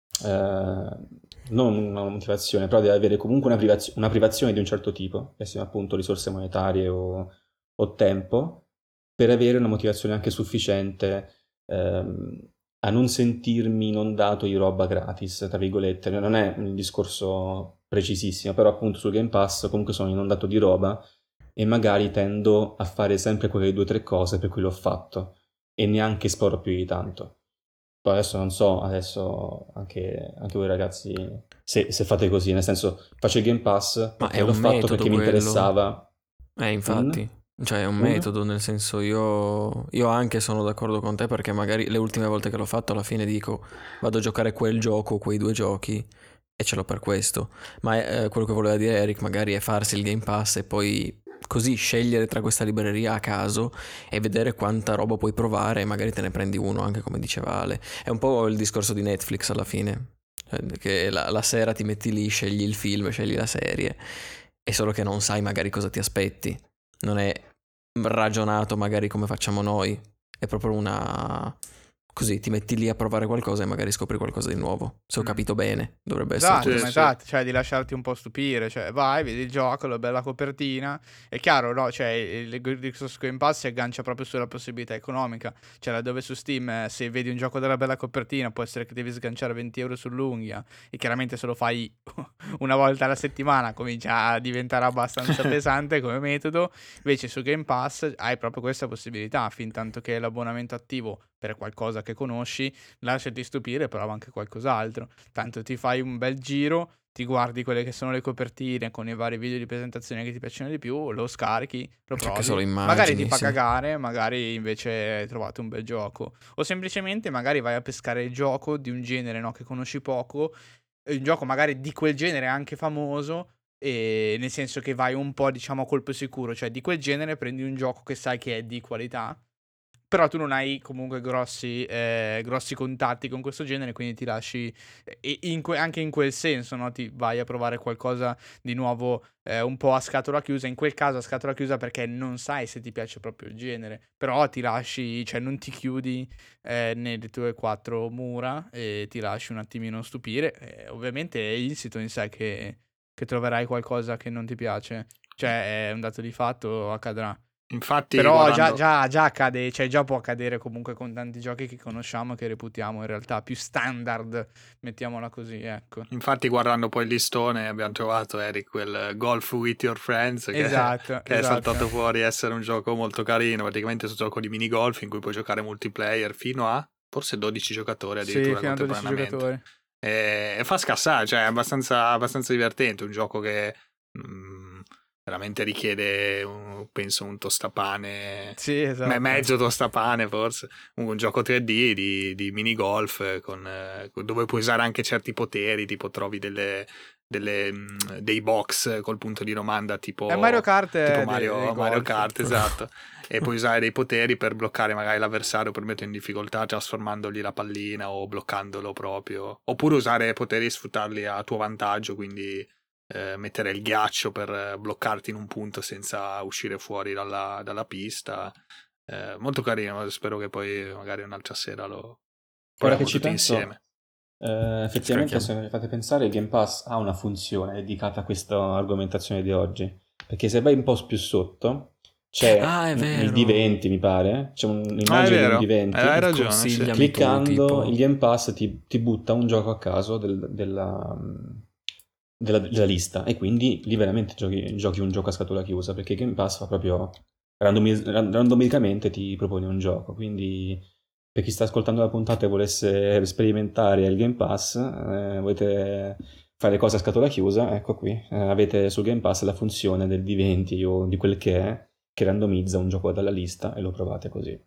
eh, non una motivazione, però deve avere comunque una, privazio- una privazione di un certo tipo, che siano appunto risorse monetarie o, o tempo, per avere una motivazione anche sufficiente ehm, a non sentirmi inondato di roba gratis, tra virgolette. Non è un discorso precisissimo, però appunto sul Game Pass comunque sono inondato di roba e magari tendo a fare sempre quelle due o tre cose per cui l'ho fatto e neanche esploro più di tanto. Poi adesso non so, adesso anche, anche voi ragazzi, se, se fate così, nel senso faccio il Game Pass, Ma ok, è l'ho un fatto metodo perché mi quello. interessava. Eh, Un? infatti, cioè è un Un? metodo, nel senso io, io anche sono d'accordo con te perché magari le ultime volte che l'ho fatto alla fine dico vado a giocare quel gioco, quei due giochi e ce l'ho per questo. Ma eh, quello che voleva dire Eric magari è farsi il Game Pass e poi così scegliere tra questa libreria a caso e vedere quanta roba puoi provare e magari te ne prendi uno anche come diceva Ale. È un po' il discorso di Netflix alla fine, cioè, che la, la sera ti metti lì, scegli il film, scegli la serie. È solo che non sai magari cosa ti aspetti. Non è ragionato magari come facciamo noi. È proprio una... Così ti metti lì a provare qualcosa e magari scopri qualcosa di nuovo. Se ho Mm. capito bene, dovrebbe essere Esatto, questo. ma sì. esatto, cioè di lasciarti un po' stupire, cioè vai, vedi il gioco, la bella copertina, è chiaro, no, cioè il il Xbox Game Pass si aggancia proprio sulla possibilità economica, cioè laddove su Steam eh, se vedi un gioco della bella copertina può essere che devi sganciare venti euro sull'unghia e chiaramente se lo fai una volta alla settimana comincia a diventare abbastanza pesante come metodo, invece su Game Pass hai proprio questa possibilità, fin tanto che l'abbonamento attivo per qualcosa che conosci, lasciati stupire e prova anche qualcos'altro. Tanto ti fai un bel giro, ti guardi quelle che sono le copertine con i vari video di presentazione che ti piacciono di più, lo scarichi, lo C'è che provi. solo Magari ti immagini, fa sì. cagare, magari invece hai trovato un bel gioco. O semplicemente magari vai a pescare il gioco di un genere, no, che conosci poco, un gioco magari di quel genere anche famoso, e nel senso che vai un po', diciamo, a colpo sicuro, cioè di quel genere prendi un gioco che sai che è di qualità però tu non hai comunque grossi, eh, grossi contatti con questo genere, quindi ti lasci, e in que- anche in quel senso, no? Ti vai a provare qualcosa di nuovo, eh, un po' a scatola chiusa, in quel caso a scatola chiusa perché non sai se ti piace proprio il genere, però ti lasci, cioè non ti chiudi eh, nelle tue quattro mura e ti lasci un attimino stupire. Eh, ovviamente è insito in sé che, che troverai qualcosa che non ti piace, cioè è un dato di fatto, accadrà. Infatti, Però già, guardando, già, già accade, cioè già può accadere comunque con tanti giochi che conosciamo e che reputiamo in realtà più standard, mettiamola così, ecco. infatti, guardando poi il listone, abbiamo trovato, Eric, quel Golf with Your Friends che, Esatto, che è saltato esatto. fuori essere un gioco molto carino. Praticamente è un gioco di minigolf in cui puoi giocare multiplayer fino a forse dodici giocatori Sì, addirittura fino a dodici contemporaneamente. giocatori. E, e fa scassare, cioè è abbastanza, abbastanza divertente. Un gioco che mm, veramente richiede, un- penso, un tostapane, Sì, me- esatto. mezzo tostapane forse. Un, un gioco tre D di, di minigolf eh, con, eh, dove puoi usare anche certi poteri, tipo trovi delle, delle, mm, dei box col punto di domanda tipo, È Mario Kart tipo eh, Mario, dei, dei Mario golf. Kart, esatto. E puoi usare dei poteri per bloccare magari l'avversario, per metterlo in difficoltà trasformandogli la pallina o bloccandolo proprio, oppure usare poteri e sfruttarli a tuo vantaggio, quindi eh, mettere il ghiaccio per eh, bloccarti in un punto senza uscire fuori dalla, dalla pista. Eh, molto carino, spero che poi magari un'altra sera lo Ora proviamo che ci tutti penso, insieme. eh, effettivamente, Scarichiamo. se mi fate pensare, il Game Pass ha una funzione dedicata a questa argomentazione di oggi. Perché se vai un po' più sotto, c'è Ah, è il vero. D venti, mi pare, c'è Ah, è un'immagine di un vero, D venti. eh, hai Il ragione, sì. consigliami tu, Cliccando tipo. il Game Pass ti, ti butta un gioco a caso del- della, della- della lista, e quindi lì veramente giochi, giochi un gioco a scatola chiusa, perché il Game Pass fa proprio randomi- ran- randomicamente ti propone un gioco. Quindi per chi sta ascoltando la puntata e volesse sperimentare il Game Pass, eh, volete fare le cose a scatola chiusa, ecco qui, eh, avete sul Game Pass la funzione del D venti o di quel che è, che randomizza un gioco dalla lista e lo provate così.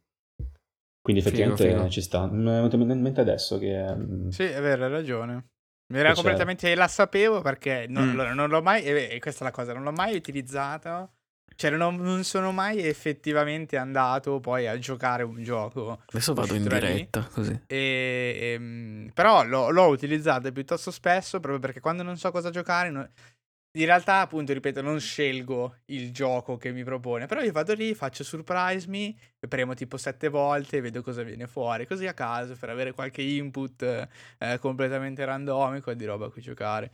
Quindi Figo, effettivamente figo. ci sta. Mi è venuto in mente adesso che, mm, Sì, è vero, hai ragione. Mi era che c'è. completamente, la sapevo perché no- Mm. allora, non l'ho mai, e questa è la cosa, non l'ho mai utilizzato, cioè non, ho- non sono mai effettivamente andato poi a giocare un gioco Adesso vado in uscito da lì. diretta, così. E, ehm, però l'ho, l'ho utilizzato piuttosto spesso proprio perché quando non so cosa giocare, no- in realtà, appunto, ripeto, non scelgo il gioco che mi propone, però io vado lì, faccio surprise me, e premo tipo sette volte e vedo cosa viene fuori, così a caso, per avere qualche input eh, completamente randomico e di roba a cui giocare.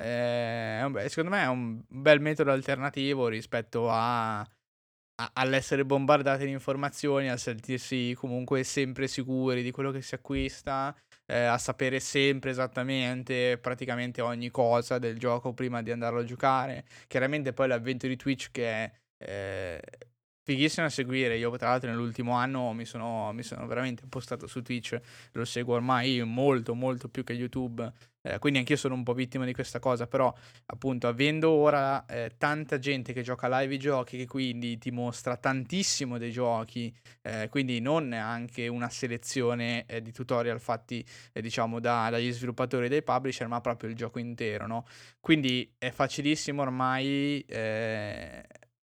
Eh, è un be- secondo me è un bel metodo alternativo rispetto a a- all'essere bombardati di informazioni, a sentirsi comunque sempre sicuri di quello che si acquista, eh, a sapere sempre esattamente praticamente ogni cosa del gioco prima di andarlo a giocare. Chiaramente poi l'avvento di Twitch che è eh, fighissimo da seguire. Io tra l'altro nell'ultimo anno mi sono, mi sono veramente impostato su Twitch, lo seguo ormai molto molto più che YouTube. Eh, quindi anch'io sono un po' vittima di questa cosa, però appunto avendo ora eh, tanta gente che gioca live i giochi, che quindi ti mostra tantissimo dei giochi, eh, quindi non anche una selezione eh, di tutorial fatti eh, diciamo da- dagli sviluppatori e dai publisher, ma proprio il gioco intero, no? Quindi è facilissimo ormai eh,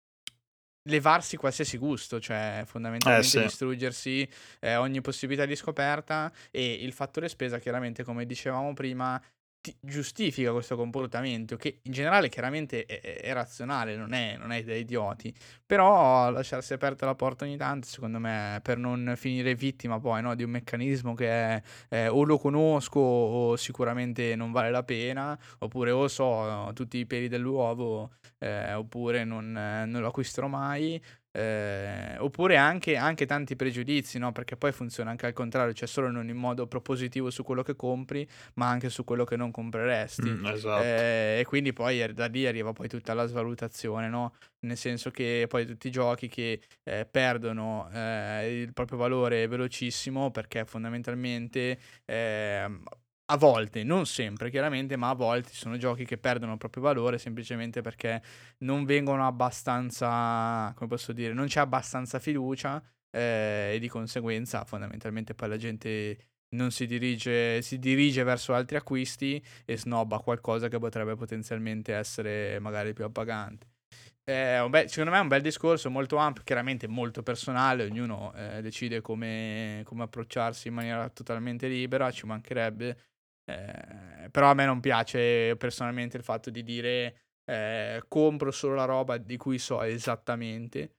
levarsi qualsiasi gusto, cioè Eh fondamentalmente sì. distruggersi eh, ogni possibilità di scoperta, e il fattore spesa chiaramente, come dicevamo prima, ti giustifica questo comportamento che in generale chiaramente è, è- è razionale, non è, non è da idioti, però lasciarsi aperta la porta ogni tanto secondo me, per non finire vittima poi, no, di un meccanismo che è eh, o lo conosco o sicuramente non vale la pena, oppure o so no, tutti i peli dell'uovo, eh, oppure non, eh, non lo acquisterò mai, eh, oppure anche, anche tanti pregiudizi, no? Perché poi funziona anche al contrario, cioè solo non in modo propositivo su quello che compri, ma anche su quello che non compreresti. Mm, esatto. Eh, e quindi poi eh, da lì arriva poi tutta la svalutazione, no? Nel senso che poi tutti i giochi che eh, perdono eh, il proprio valore velocissimo perché fondamentalmente ehm, a volte, non sempre chiaramente, ma a volte ci sono giochi che perdono il proprio valore semplicemente perché non vengono abbastanza, come posso dire, non c'è abbastanza fiducia eh, e di conseguenza fondamentalmente poi la gente non si dirige, si dirige verso altri acquisti e snobba qualcosa che potrebbe potenzialmente essere magari più appagante. È un bel- secondo me è un bel discorso, molto ampio, chiaramente molto personale, ognuno eh, decide come, come approcciarsi in maniera totalmente libera, ci mancherebbe. Eh, però a me non piace personalmente il fatto di dire eh, compro solo la roba di cui so esattamente.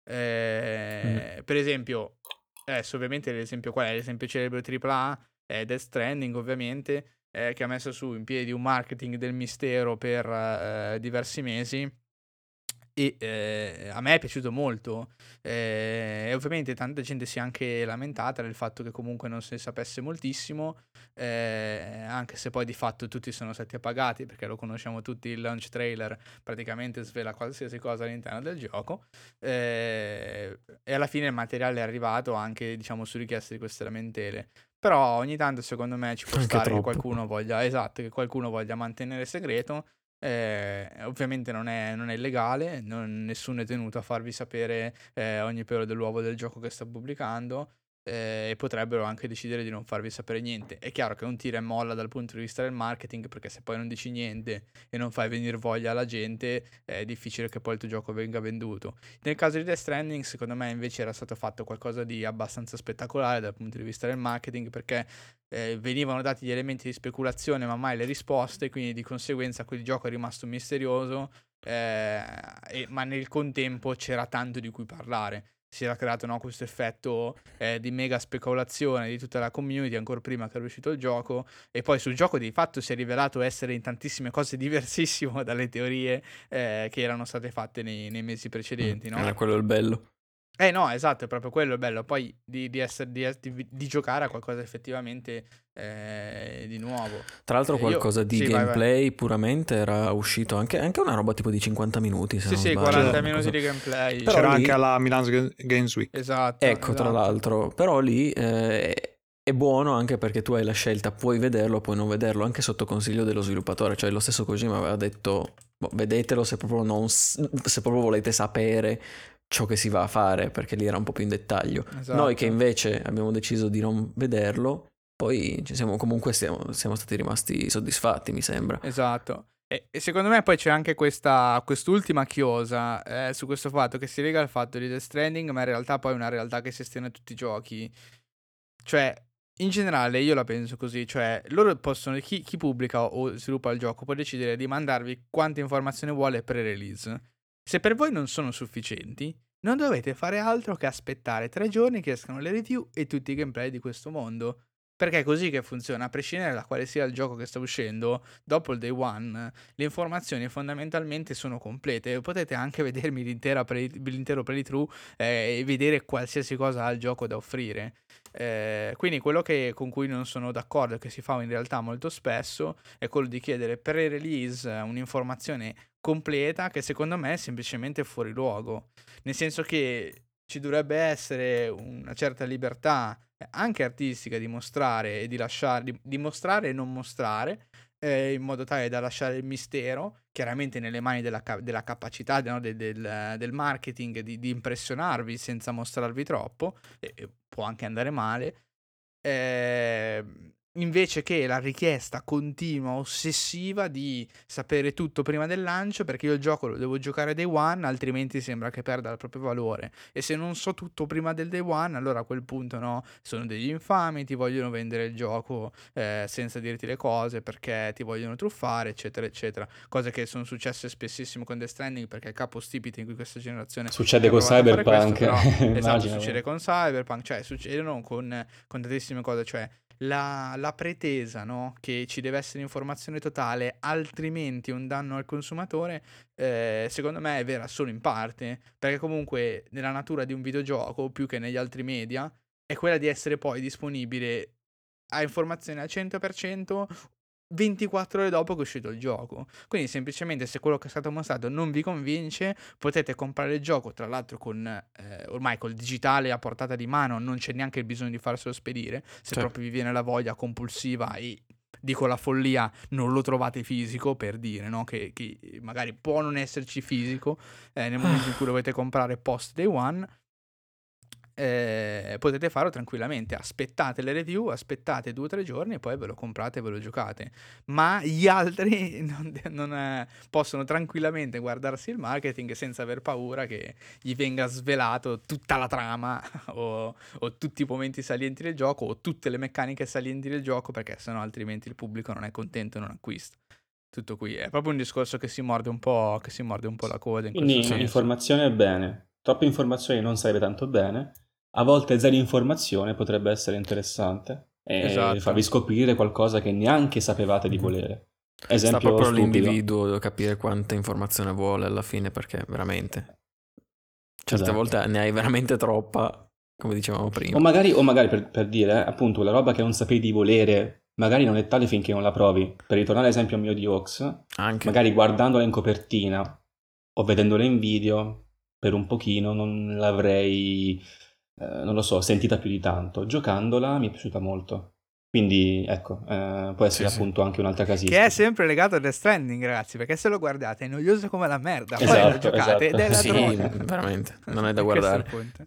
Eh, Mm. Per esempio, adesso ovviamente l'esempio qual è? L'esempio celebre tripla A è Death Stranding, ovviamente, eh, che ha messo su in piedi un marketing del mistero per eh, diversi mesi. E eh, a me è piaciuto molto. Eh, e ovviamente tanta gente si è anche lamentata del fatto che comunque non se ne sapesse moltissimo, eh, anche se poi di fatto tutti sono stati appagati, perché lo conosciamo tutti, il launch trailer praticamente svela qualsiasi cosa all'interno del gioco. Eh, e alla fine il materiale è arrivato anche, diciamo, su richiesta di queste lamentele. Però ogni tanto secondo me ci può Anche stare che troppo. qualcuno voglia, esatto, che qualcuno voglia mantenere segreto. Eh, ovviamente non è, non è illegale, non- nessuno è tenuto a farvi sapere eh, ogni pelo dell'uovo del gioco che sta pubblicando, eh, e potrebbero anche decidere di non farvi sapere niente. È chiaro che è un tira e molla dal punto di vista del marketing, perché se poi non dici niente e non fai venire voglia alla gente, è difficile che poi il tuo gioco venga venduto. Nel caso di Death Stranding, secondo me invece era stato fatto qualcosa di abbastanza spettacolare dal punto di vista del marketing, perché eh, venivano dati gli elementi di speculazione ma mai le risposte, quindi di conseguenza quel gioco è rimasto misterioso, eh, e- ma nel contempo c'era tanto di cui parlare. Si era creato, no, questo effetto eh, di mega speculazione di tutta la community ancora prima che era uscito il gioco, e poi sul gioco di fatto si è rivelato essere in tantissime cose diversissimo dalle teorie eh, che erano state fatte nei, nei mesi precedenti, Mm, no? Era quello il bello. Eh no, esatto, è proprio quello il bello, poi di, di, essere, di, di- di giocare a qualcosa effettivamente eh, di nuovo. Tra l'altro Eh, io, qualcosa di sì, vai, vai. gameplay puramente era uscito, anche, anche una roba tipo di cinquanta minuti, se Sì, non sì, sbaglio. quaranta una minuti cosa- di gameplay. Però C'era lì- anche alla Milan Games Week. Esatto, Ecco, tra esatto. l'altro, però lì eh, è buono anche perché tu hai la scelta, puoi vederlo, puoi non vederlo, anche sotto consiglio dello sviluppatore. Cioè lo stesso Kojima aveva detto, boh, vedetelo se proprio, non, s- se proprio volete sapere ciò che si va a fare, perché lì era un po' più in dettaglio. Esatto. Noi che invece abbiamo deciso di non vederlo, poi ci siamo, comunque siamo, siamo stati rimasti soddisfatti, mi sembra. Esatto. E, e secondo me poi c'è anche questa quest'ultima chiosa eh, su questo fatto che si lega al fatto di Death Stranding, ma in realtà poi è una realtà che si estende a tutti i giochi. Cioè, in generale io la penso così, cioè loro possono, chi, chi pubblica o sviluppa il gioco può decidere di mandarvi quante informazioni vuole pre-release. Se per voi non sono sufficienti, non dovete fare altro che aspettare tre giorni che escano le review e tutti i gameplay di questo mondo. Perché è così che funziona, a prescindere da quale sia il gioco che sta uscendo, dopo il day one, le informazioni fondamentalmente sono complete. Potete anche vedermi l'intera play- l'intero playthrough eh, e vedere qualsiasi cosa ha il gioco da offrire. Eh, quindi quello che, con cui non sono d'accordo e che si fa in realtà molto spesso è quello di chiedere pre-release un'informazione completa che secondo me è semplicemente fuori luogo. Nel senso che ci dovrebbe essere una certa libertà eh, anche artistica di mostrare e di lasciare, di, di mostrare e non mostrare, eh, in modo tale da lasciare il mistero, chiaramente nelle mani della, ca- della capacità, no, de- del, del marketing di, di impressionarvi senza mostrarvi troppo, e, e può anche andare male. Eh, Invece che la richiesta continua, ossessiva di sapere tutto prima del lancio, perché io il gioco lo devo giocare day one, altrimenti sembra che perda il proprio valore. E se non so tutto prima del day one, allora a quel punto no, sono degli infami, ti vogliono vendere il gioco eh, senza dirti le cose, perché ti vogliono truffare, eccetera, eccetera. Cose che sono successe spessissimo con Death Stranding, perché è capostipite in cui questa generazione Succede ha con provato a fare questo, Cyberpunk, però esatto, immagino. succede con Cyberpunk, cioè succedono con, con tantissime cose, cioè la, la pretesa, no? Che ci deve essere informazione totale, altrimenti è un danno al consumatore, eh, secondo me è vera solo in parte, perché comunque nella natura di un videogioco, più che negli altri media, è quella di essere poi disponibile a informazioni al cento per cento ventiquattro ore dopo che è uscito il gioco. Quindi semplicemente se quello che è stato mostrato non vi convince, potete comprare il gioco, tra l'altro con eh, ormai col digitale a portata di mano, non c'è neanche il bisogno di farselo spedire, se Certo. proprio vi viene la voglia compulsiva e dico la follia, non lo trovate fisico, per dire, no? Che, che magari può non esserci fisico eh, nel momento in cui lo volete comprare post day one. eh, potete farlo tranquillamente. Aspettate le review, aspettate due o tre giorni e poi ve lo comprate e ve lo giocate. Ma gli altri non, non, eh, possono tranquillamente guardarsi il marketing senza aver paura che gli venga svelato tutta la trama o, o tutti i momenti salienti del gioco o tutte le meccaniche salienti del gioco, perché sennò altrimenti il pubblico non è contento e non acquista. Tutto qui, è proprio un discorso che si morde un po', che si morde un po' la coda in Quindi questo senso. informazione è bene, troppe informazioni non sarebbe tanto bene, a volte zero informazione potrebbe essere interessante e Esatto. farvi scoprire qualcosa che neanche sapevate di volere. Sta Esempio proprio stupido. all'individuo capire quanta informazione vuole alla fine, perché veramente certe Esatto. volte ne hai veramente troppa, come dicevamo prima. O magari, o magari per, per dire, eh, appunto, quella roba che non sapevi di volere, magari non è tale finché non la provi. Per ritornare all'esempio mio di Ox, Anche magari guardandola in copertina o vedendola in video, per un pochino non l'avrei, eh, non lo so, sentita più di tanto. Giocandola mi è piaciuta molto. Quindi, ecco, eh, può essere Sì, appunto anche un'altra casistica. Che è sempre legato a Death Stranding, ragazzi, perché se lo guardate è noioso come la merda, poi lo Esatto, giocate esatto. ed è la sì, droga. veramente, non è da Questo è il guardare. punto.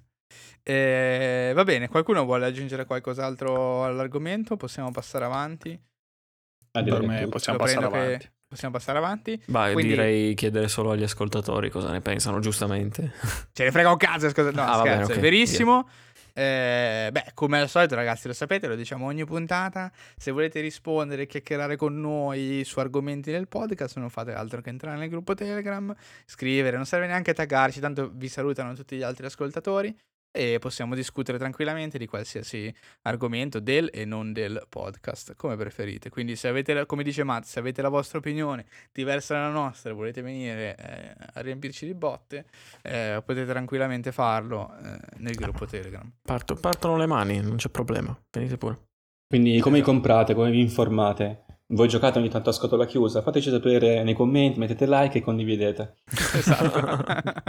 Eh, va bene, qualcuno vuole aggiungere qualcos'altro all'argomento? Possiamo passare avanti? Ah, direi Per che me tutto. possiamo Lo passare prendo che avanti. possiamo passare avanti. Vai, Quindi- direi chiedere solo agli ascoltatori cosa ne pensano, giustamente. Ce ne frega un cazzo, scusa. No, Ah, va scherzo, bene, ok, è verissimo. Eh, beh, come al solito, ragazzi, lo sapete, lo diciamo ogni puntata. Se volete rispondere, chiacchierare con noi su argomenti del podcast, non fate altro che entrare nel gruppo Telegram, scrivere, non serve neanche taggarci, tanto vi salutano tutti gli altri ascoltatori e possiamo discutere tranquillamente di qualsiasi argomento del e non del podcast, come preferite. Quindi se avete, la- come dice Matt, se avete la vostra opinione diversa dalla nostra e volete venire eh, a riempirci di botte, eh, potete tranquillamente farlo eh, nel gruppo Telegram. Parto- partono le mani, non c'è problema. Venite pure. Quindi come vi Esatto. comprate, come vi informate? Voi giocate ogni tanto a scatola chiusa? Fateci sapere nei commenti, mettete like e condividete. Esatto.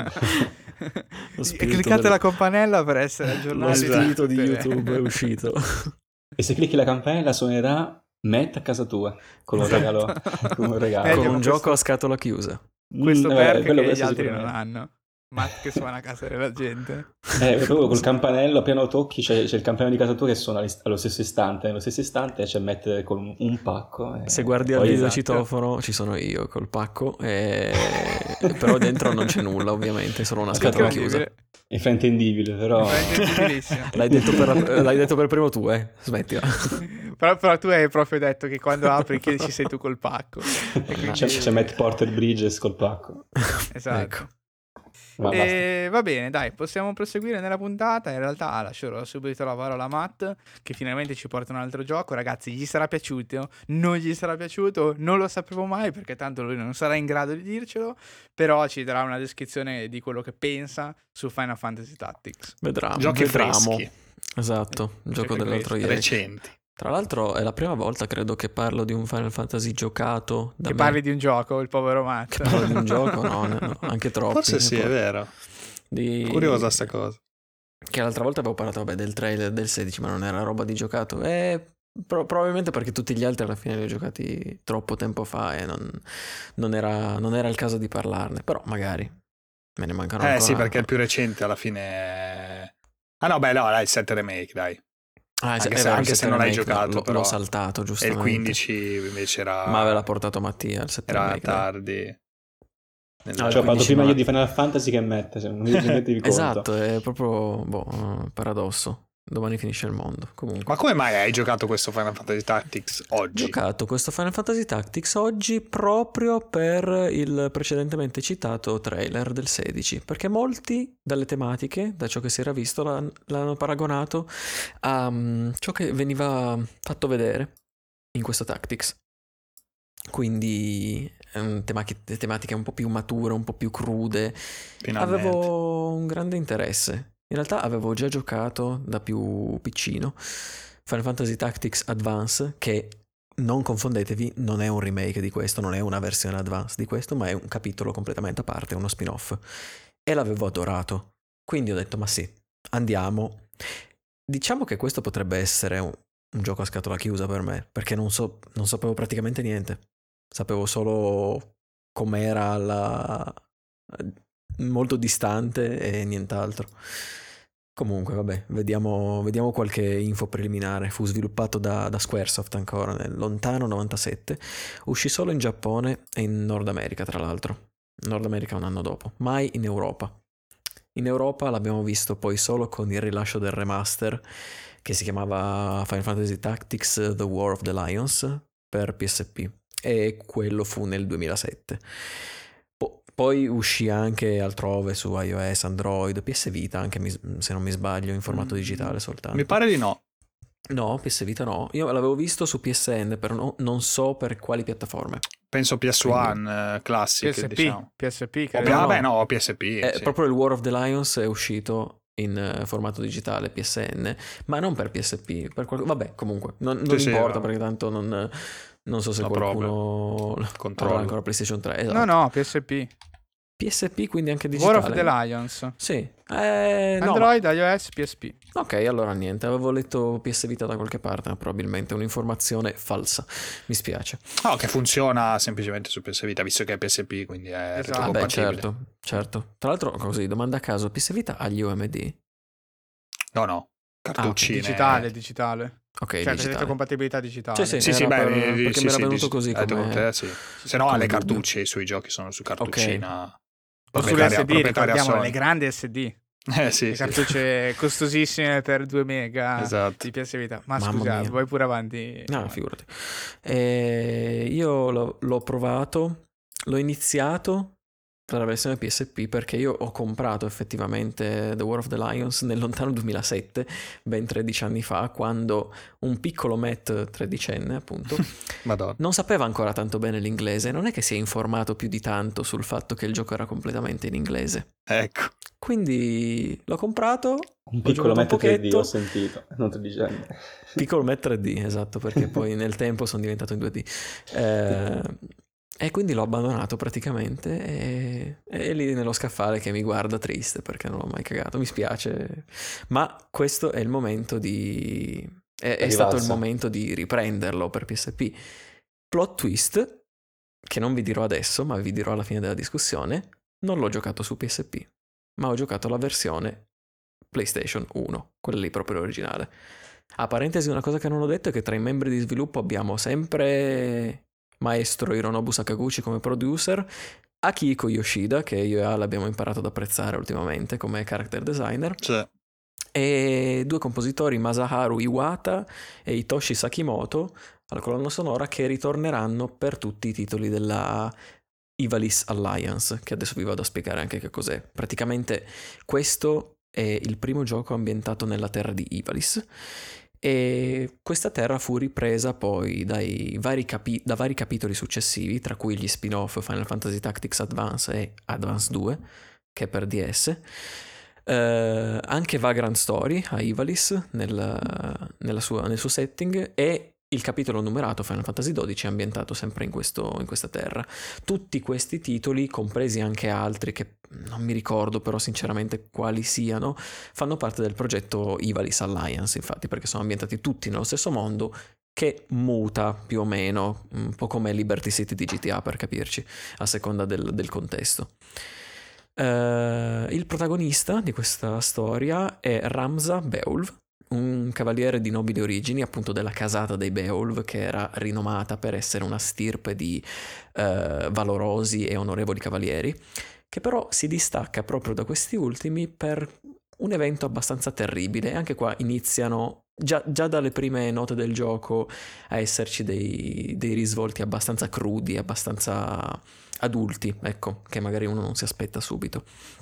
Lo E spirito cliccate del- la campanella per essere Lo aggiornati. su spirito di tutte le- YouTube è uscito. E se clicchi la campanella suonerà Matt a casa tua, con un Esatto. regalo. Con un regalo. Meglio Con un questo- gioco a scatola chiusa. Questo Mm, eh, perché quello- gli questo altri non sicuramente. hanno. Matt che suona a casa della gente. Eh, proprio col campanello, appena lo tocchi c'è, c'è il campanello di casa tua che suona all'ist- allo stesso istante. Nello stesso istante c'è Matt con un, un pacco. e- Se guardi e al poi- video esatto. citofono ci sono io col pacco, e... però dentro non c'è nulla, ovviamente, è solo una scatola chiusa. Incredibile. È fraintendibile, però... È incredibilissimo. L'hai detto per, l'hai detto per primo tu, eh? Smettila. però, però tu hai proprio detto che quando apri chiedi ci sei tu col pacco. E quindi- C'è, c'è Matt Porter Bridges col pacco. Esatto. Ecco. Ma basta. E va bene, dai, possiamo proseguire nella puntata. In realtà lascerò subito la parola a Matt, che finalmente ci porta un altro gioco. Ragazzi, gli sarà piaciuto? Non gli sarà piaciuto? Non lo sapremo mai, perché tanto lui non sarà in grado di dircelo. Però ci darà una descrizione di quello che pensa su Final Fantasy Tactics. Vedrà, Giochi vedramo. freschi, Esatto, il gioco Giochi dell'altro freschi. ieri. recenti. Tra l'altro è la prima volta, credo, che parlo di un Final Fantasy giocato da Che me. parli di un gioco, il povero Matt. Che parlo di un gioco? No, no, no, anche troppi. Forse sì, E è poi vero. di- Curiosa sta cosa. Che l'altra volta avevo parlato, vabbè, del trailer del sedici, ma non era roba di giocato. E pro- probabilmente perché tutti gli altri alla fine li ho giocati troppo tempo fa e non, non era, non era il caso di parlarne. Però magari me ne mancano Eh ancora. sì, perché il più recente alla fine è... Ah no, beh no, dai, il sette Remake, dai. Ah, anche è se- vero, anche il se sette non l'hai remake giocato, l'ho, però. l'ho saltato, E il giustamente. quindici invece era... Ma aveva portato Mattia il sette Era remake, dai. tardi. Nel- Ah, Cioè, ho parlato quindici prima io maggio. di Final Fantasy che Matt, se non vi rendetevi conto. Esatto, è proprio boh, eh, paradosso. Domani finisce il mondo. Comunque. Ma come mai hai giocato questo Final Fantasy Tactics Ho oggi? giocato questo Final Fantasy Tactics oggi proprio per il precedentemente citato trailer del sedici, perché molti dalle tematiche, da ciò che si era visto, l'han- l'hanno paragonato a mm, ciò che veniva fatto vedere in questo Tactics. Quindi ehm, tematiche, tematiche un po' più mature, un po' più crude. Finalmente. Avevo un grande interesse. In realtà avevo già giocato da più piccino Final Fantasy Tactics Advance, che non confondetevi, non è un remake di questo, non è una versione advance di questo, ma è un capitolo completamente a parte, uno spin-off. E l'avevo adorato. Quindi ho detto, ma sì, andiamo. Diciamo che questo potrebbe essere un, un gioco a scatola chiusa per me, perché non so, non sapevo praticamente niente. Sapevo solo com'era la... molto distante e nient'altro. Comunque, vabbè, vediamo, vediamo qualche info preliminare. Fu sviluppato da, da Squaresoft ancora nel lontano novantasette. Uscì solo in Giappone e in Nord America, tra l'altro. Nord America un anno dopo, mai in Europa. In Europa l'abbiamo visto poi solo con il rilascio del remaster che si chiamava Final Fantasy Tactics The War of the Lions per P S P, e quello fu nel duemilasette. Poi uscì anche altrove su iOS, Android, P S Vita, anche se non mi sbaglio, in formato digitale soltanto. Mi pare di no. No, P S Vita no. Io l'avevo visto su P S N, però no, non so per quali piattaforme. Penso P S uno Classic, P S P, diciamo. P S P. O, Che no, no. Vabbè, no, P S P. Eh, sì. Proprio il War of the Lions è uscito in formato digitale P S N, ma non per P S P. Per qual... Vabbè, comunque, non, non Sì, importa sì, perché tanto non, non so se No, qualcuno Controllo. avrà ancora PlayStation tre. Esatto. No, no, P S P. P S P quindi anche digitale. War of the Lions. Sì. Eh, no, Android, iOS, P S P. Ok, allora niente, avevo letto P S Vita da qualche parte, ma probabilmente è un'informazione falsa. Mi spiace. No, che funziona semplicemente su P S Vita, visto che è P S P, quindi è Esatto. Ah, beh, retrocompatibile. certo, certo. Tra l'altro, così, domanda a caso, P S Vita ha gli O M D? No, no, cartuccine. Digitale, digitale. Ok, Cioè, digitale. retrocompatibilità digitale. Sì, Sì, Era sì, beh, per- eh, perché sì, mi era sì, venuto dig- così eh, come- eh, sì. Se no, come le dubbio. cartucce, i suoi giochi sono su cartuccina. O sulle proprietaria- S D, proprietaria ricordiamo, Sony. le grandi S D. Eh sì, Le sì. cartucce costosissime per due mega Esatto. di P S Vita. Ma Mamma scusa, mia. vai pure avanti. No, figurati. Eh, io l'ho, l'ho provato, l'ho iniziato per la versione P S P perché io ho comprato effettivamente The War of the Lions nel lontano duemilasette, ben tredici anni fa, quando un piccolo Matt tredicenne, appunto, Madonna. non sapeva ancora tanto bene l'inglese, non è che si è informato più di tanto sul fatto che il gioco era completamente in inglese. Ecco. Quindi l'ho comprato, Un ho piccolo giocato metro tre D pochetto. ho sentito, non tredicenne. Piccolo Matt tre D, esatto, perché poi nel tempo sono diventato in due D. Eh, e quindi l'ho abbandonato praticamente e, e lì nello scaffale che mi guarda triste perché non l'ho mai cagato, mi spiace. Ma questo è il momento di... È, è stato il Rivalsa. momento di riprenderlo per P S P. Plot twist, che non vi dirò adesso, ma vi dirò alla fine della discussione, non l'ho giocato su P S P, ma ho giocato la versione PlayStation uno, quella lì proprio l'originale. A parentesi, una cosa che non ho detto è che tra i membri di sviluppo abbiamo sempre maestro Hironobu Sakaguchi come producer, Akihiko Yoshida, che io e Al abbiamo imparato ad apprezzare ultimamente come character designer, Cioè, e due compositori, Masaharu Iwata e Hitoshi Sakimoto, alla colonna sonora, che ritorneranno per tutti i titoli della Ivalice Alliance, che adesso vi vado a spiegare anche che cos'è. Praticamente questo è il primo gioco ambientato nella terra di Ivalice, e questa terra fu ripresa poi dai vari capi- da vari capitoli successivi, tra cui gli spin-off Final Fantasy Tactics Advance e Advance due, che è per D S. Eh, anche Vagrant Story a Ivalice nel, nella sua, nel suo setting, e il capitolo numerato Final Fantasy dodici è ambientato sempre in, questo, in questa terra. Tutti questi titoli, compresi anche altri che non mi ricordo però sinceramente quali siano, fanno parte del progetto Ivalice Alliance, infatti, perché sono ambientati tutti nello stesso mondo che muta più o meno, un po' come Liberty City di G T A, per capirci, a seconda del, del contesto. Uh, il protagonista di questa storia è Ramza Beowulf, un cavaliere di nobili origini, appunto della casata dei Beowulf, che era rinomata per essere una stirpe di uh, valorosi e onorevoli cavalieri, che però si distacca proprio da questi ultimi per un evento abbastanza terribile. Anche qua iniziano già, già dalle prime note del gioco a esserci dei, dei risvolti abbastanza crudi, abbastanza adulti, ecco, che magari uno non si aspetta subito.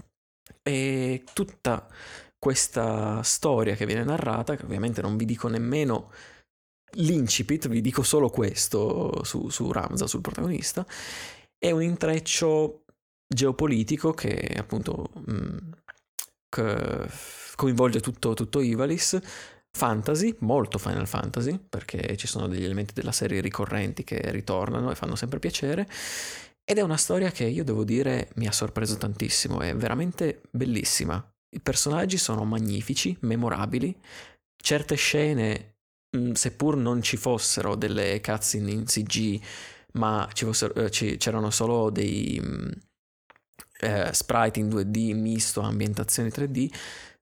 E tutta questa storia che viene narrata, che ovviamente non vi dico nemmeno l'incipit, vi dico solo questo su, su Ramza, sul protagonista, è un intreccio geopolitico che appunto mh, che coinvolge tutto, tutto Ivalice, fantasy, molto Final Fantasy, perché ci sono degli elementi della serie ricorrenti che ritornano e fanno sempre piacere, ed è una storia che io devo dire mi ha sorpreso tantissimo, è veramente bellissima. I personaggi sono magnifici, memorabili, certe scene, mh, seppur non ci fossero delle cutscene in C G, ma ci fossero, eh, ci, c'erano solo dei mh, eh, sprite in due D misto a ambientazioni tre D,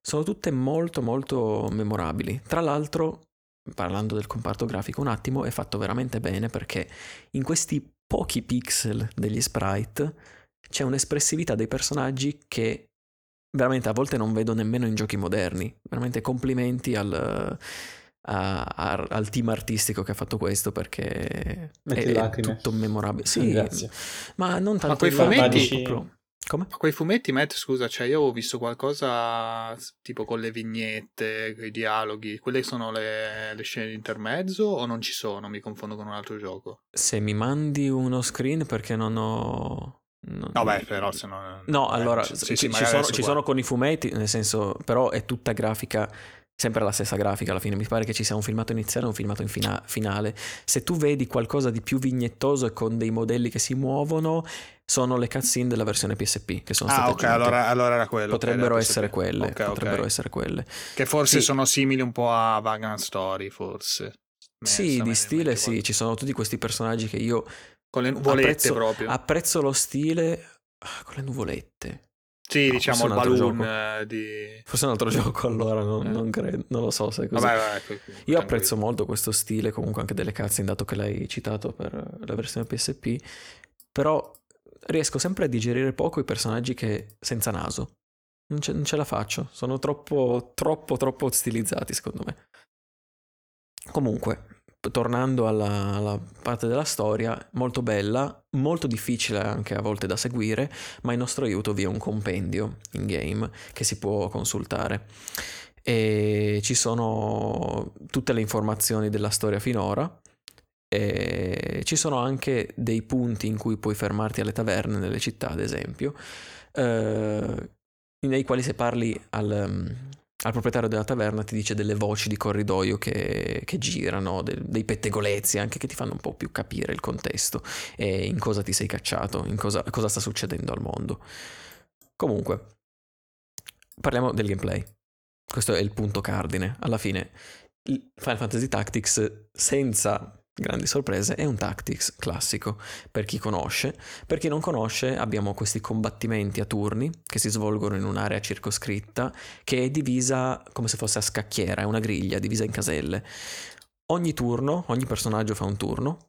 sono tutte molto molto memorabili. Tra l'altro, parlando del comparto grafico un attimo, è fatto veramente bene perché in questi pochi pixel degli sprite c'è un'espressività dei personaggi che veramente a volte non vedo nemmeno in giochi moderni. Veramente complimenti al, a- a- al team artistico che ha fatto questo, perché Metti è, è lacrime. tutto memorabile. Sì, Grazie. ma non tanto quei in lacrime, fumetti- proprio- Come? Ma quei fumetti, Matt, scusa, cioè io ho visto qualcosa tipo con le vignette, con i dialoghi, quelle sono le, le scene di intermezzo o non ci sono? Mi confondo con un altro gioco. Se mi mandi uno screen, perché non ho... non- Vabbè, però se no... No, eh, allora, sì, ci, sì, ci magari sono, adesso ci guardo. sono con i fumetti, nel senso, però è tutta grafica, sempre la stessa grafica alla fine. Mi pare che ci sia un filmato iniziale e un filmato in fina- finale. Se tu vedi qualcosa di più vignettoso e con dei modelli che si muovono, sono le cutscene della versione P S P che sono Ah, state ok, aggiunte. allora, allora era quello. Potrebbero ok, essere era quelle, ok, ok. potrebbero essere quelle. Che forse Sì. sono simili un po' a Vagrant Story, forse. Me- Sì, sta di venendo in stile mente sì, qualcosa. ci sono tutti questi personaggi che io Con le nuvolette apprezzo, proprio. apprezzo lo stile ah, con le nuvolette. Sì, no, diciamo forse il un altro balloon gioco. eh, di... Forse è un altro gioco allora, non, Eh. non credo, non lo so se è così. Vabbè, vabbè, ecco, Io tranquillo. apprezzo molto questo stile comunque anche delle cutscene, dato che l'hai citato per la versione P S P, però riesco sempre a digerire poco i personaggi che senza naso. Non ce, non ce la faccio, sono troppo, troppo, troppo stilizzati secondo me. Comunque, tornando alla, alla parte della storia, molto bella, molto difficile anche a volte da seguire, ma in nostro aiuto vi è un compendio in game che si può consultare. E ci sono tutte le informazioni della storia finora. E ci sono anche dei punti in cui puoi fermarti alle taverne nelle città, ad esempio, eh, nei quali se parli al, um, al proprietario della taverna ti dice delle voci di corridoio che, che girano, de- dei pettegolezzi anche che ti fanno un po' più capire il contesto e in cosa ti sei cacciato, in cosa, cosa sta succedendo al mondo. Comunque, parliamo del gameplay. Questo è il punto cardine. Alla fine, il Final Fantasy Tactics, senza grandi sorprese, è un Tactics classico per chi conosce. Per chi non conosce, abbiamo questi combattimenti a turni che si svolgono in un'area circoscritta che è divisa come se fosse a scacchiera, è una griglia divisa in caselle. Ogni turno, ogni personaggio fa un turno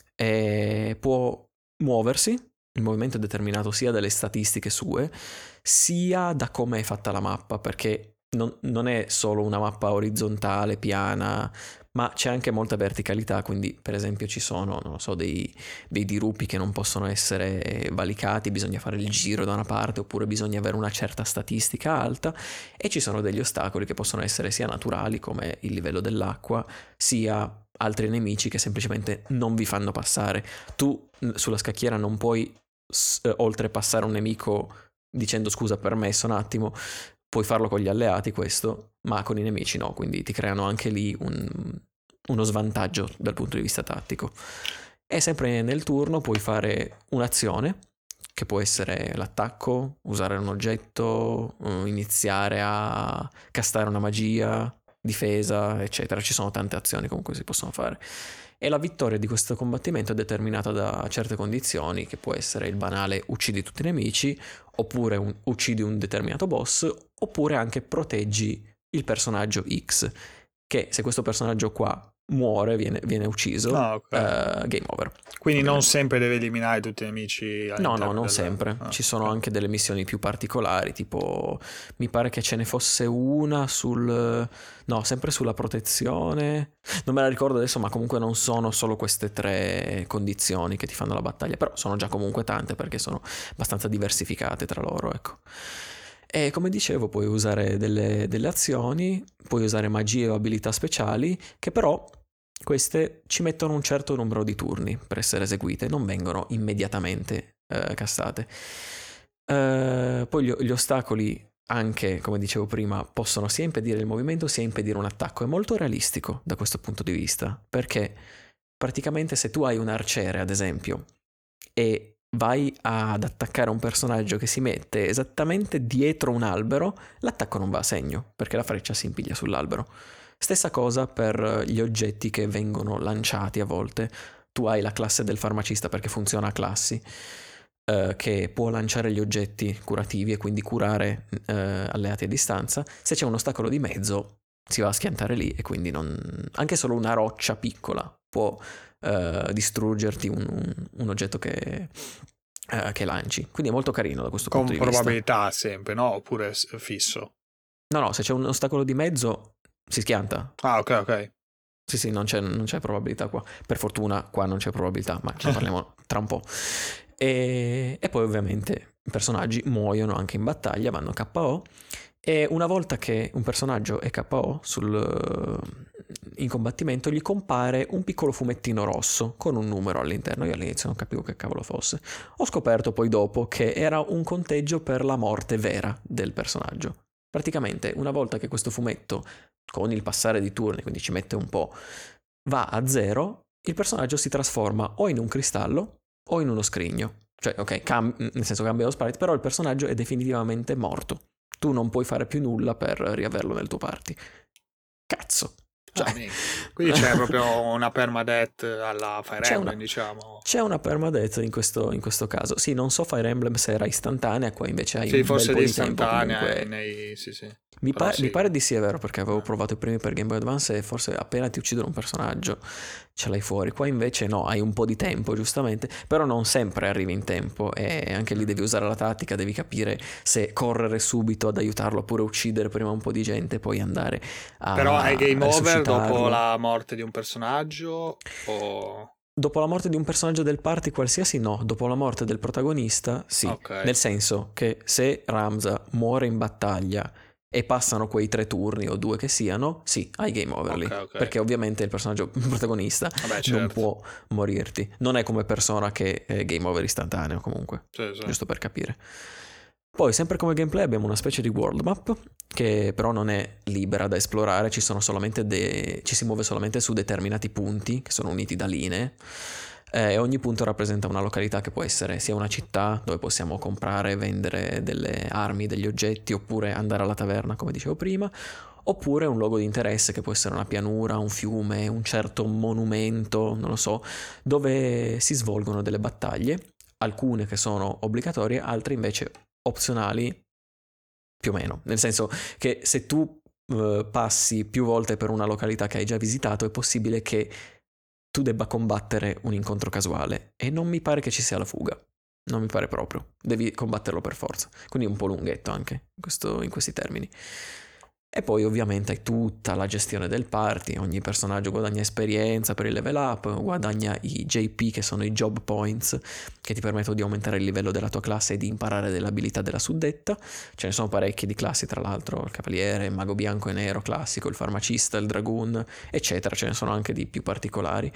e può muoversi. Il movimento è determinato sia dalle statistiche sue, sia da come è fatta la mappa, perché non, non è solo una mappa orizzontale, piana, ma c'è anche molta verticalità, quindi per esempio ci sono, non lo so, dei, dei dirupi che non possono essere valicati, bisogna fare il giro da una parte, oppure bisogna avere una certa statistica alta, e ci sono degli ostacoli che possono essere sia naturali, come il livello dell'acqua, sia altri nemici che semplicemente non vi fanno passare. Tu sulla scacchiera non puoi s- oltrepassare un nemico dicendo scusa, permesso un attimo. Puoi farlo con gli alleati questo, ma con i nemici no, quindi ti creano anche lì un, uno svantaggio dal punto di vista tattico. E sempre nel turno puoi fare un'azione, che può essere l'attacco, usare un oggetto, iniziare a castare una magia, difesa, eccetera. Ci sono tante azioni comunque si possono fare. E la vittoria di questo combattimento è determinata da certe condizioni, che può essere il banale uccidi tutti i nemici, oppure un, uccidi un determinato boss, oppure anche proteggi il personaggio X, che se questo personaggio qua muore, viene, viene ucciso, Ah, ok. uh, game over. Quindi non Ovviamente. sempre deve eliminare tutti i nemici No, all'interno no, non del- sempre. Ah, Ci sono ok. anche delle missioni più particolari, tipo mi pare che ce ne fosse una sul... no, sempre sulla protezione. Non me la ricordo adesso, ma comunque non sono solo queste tre condizioni che ti fanno la battaglia, però sono già comunque tante perché sono abbastanza diversificate tra loro, ecco. E come dicevo, puoi usare delle, delle azioni, puoi usare magie o abilità speciali, che però queste ci mettono un certo numero di turni per essere eseguite, non vengono immediatamente eh, castate. Eh, poi gli, gli ostacoli, anche come dicevo prima, possono sia impedire il movimento sia impedire un attacco. È molto realistico da questo punto di vista, perché praticamente se tu hai un arciere, ad esempio, e vai ad attaccare un personaggio che si mette esattamente dietro un albero, l'attacco non va a segno, perché la freccia si impiglia sull'albero. Stessa cosa per gli oggetti che vengono lanciati a volte. Tu hai la classe del farmacista perché funziona a classi. eh, che può lanciare gli oggetti curativi e quindi curare eh, alleati a distanza. Se c'è un ostacolo di mezzo si va a schiantare lì e quindi non... anche solo una roccia piccola può eh, distruggerti un, un, un oggetto che, eh, che lanci. Quindi è molto carino da questo Con punto di vista. probabilità sempre, no? Oppure fisso? No, no, se c'è un ostacolo di mezzo si schianta. Ah, ok, ok. Sì, sì, non c'è, non c'è probabilità qua. Per fortuna qua non c'è probabilità, ma ce ne parliamo tra un po'. E, e poi ovviamente i personaggi muoiono anche in battaglia, vanno K O. E una volta che un personaggio è K O sul, in combattimento, gli compare un piccolo fumettino rosso con un numero all'interno. Io all'inizio non capivo che cavolo fosse. Ho scoperto poi dopo che era un conteggio per la morte vera del personaggio. Praticamente una volta che questo fumetto, con il passare di turni, quindi ci mette un po', va a zero, il personaggio si trasforma o in un cristallo o in uno scrigno. Cioè, ok, cam- nel senso cambia lo sprite, però il personaggio è definitivamente morto. Tu non puoi fare più nulla per riaverlo nel tuo party. Cazzo. Cioè, Ah, quindi c'è proprio una permadeath alla Fire c'è Emblem, una, diciamo. C'è una permadeath in questo, in questo caso. Sì, non so Fire Emblem se era istantanea, qua invece hai Sì, un forse bel po' di di tempo istantanea comunque. nei... sì, sì. Mi, Però pa- sì. mi pare di sì, è vero, perché avevo provato i primi per Game Boy Advance e forse appena ti uccidono un personaggio ce l'hai fuori. Qua invece no, hai un po' di tempo, giustamente, però non sempre arrivi in tempo e anche lì devi usare la tattica, devi capire se correre subito ad aiutarlo oppure uccidere prima un po' di gente e poi andare a Però hai game a over dopo resuscitarlo. la morte di un personaggio o... Dopo la morte di un personaggio del party qualsiasi no, dopo la morte del protagonista sì, Ok. nel senso che se Ramza muore in battaglia e passano quei tre turni o due che siano, sì, hai game over lì, Ok, ok. perché ovviamente il personaggio protagonista Vabbè, non certo. può morirti, non è come Persona che è game over istantaneo comunque, Sì, sì. giusto per capire. Poi sempre come gameplay abbiamo una specie di world map che però non è libera da esplorare, ci sono solamente de- ci si muove solamente su determinati punti che sono uniti da linee. Eh, e ogni punto rappresenta una località che può essere sia una città dove possiamo comprare e vendere delle armi, degli oggetti, oppure andare alla taverna come dicevo prima, oppure un luogo di interesse che può essere una pianura, un fiume, un certo monumento, non lo so, dove si svolgono delle battaglie, alcune che sono obbligatorie, altre invece opzionali più o meno, nel senso che se tu eh, passi più volte per una località che hai già visitato è possibile che tu debba combattere un incontro casuale e non mi pare che ci sia la fuga, non mi pare proprio, devi combatterlo per forza, quindi un po' lunghetto anche in, questo, in questi termini. E poi ovviamente hai tutta la gestione del party, ogni personaggio guadagna esperienza per il level up, guadagna i J P che sono i job points che ti permettono di aumentare il livello della tua classe e di imparare delle abilità della suddetta. Ce ne sono parecchie di classi, tra l'altro il cavaliere, il mago bianco e nero classico, il farmacista, il dragoon, eccetera, ce ne sono anche di più particolari.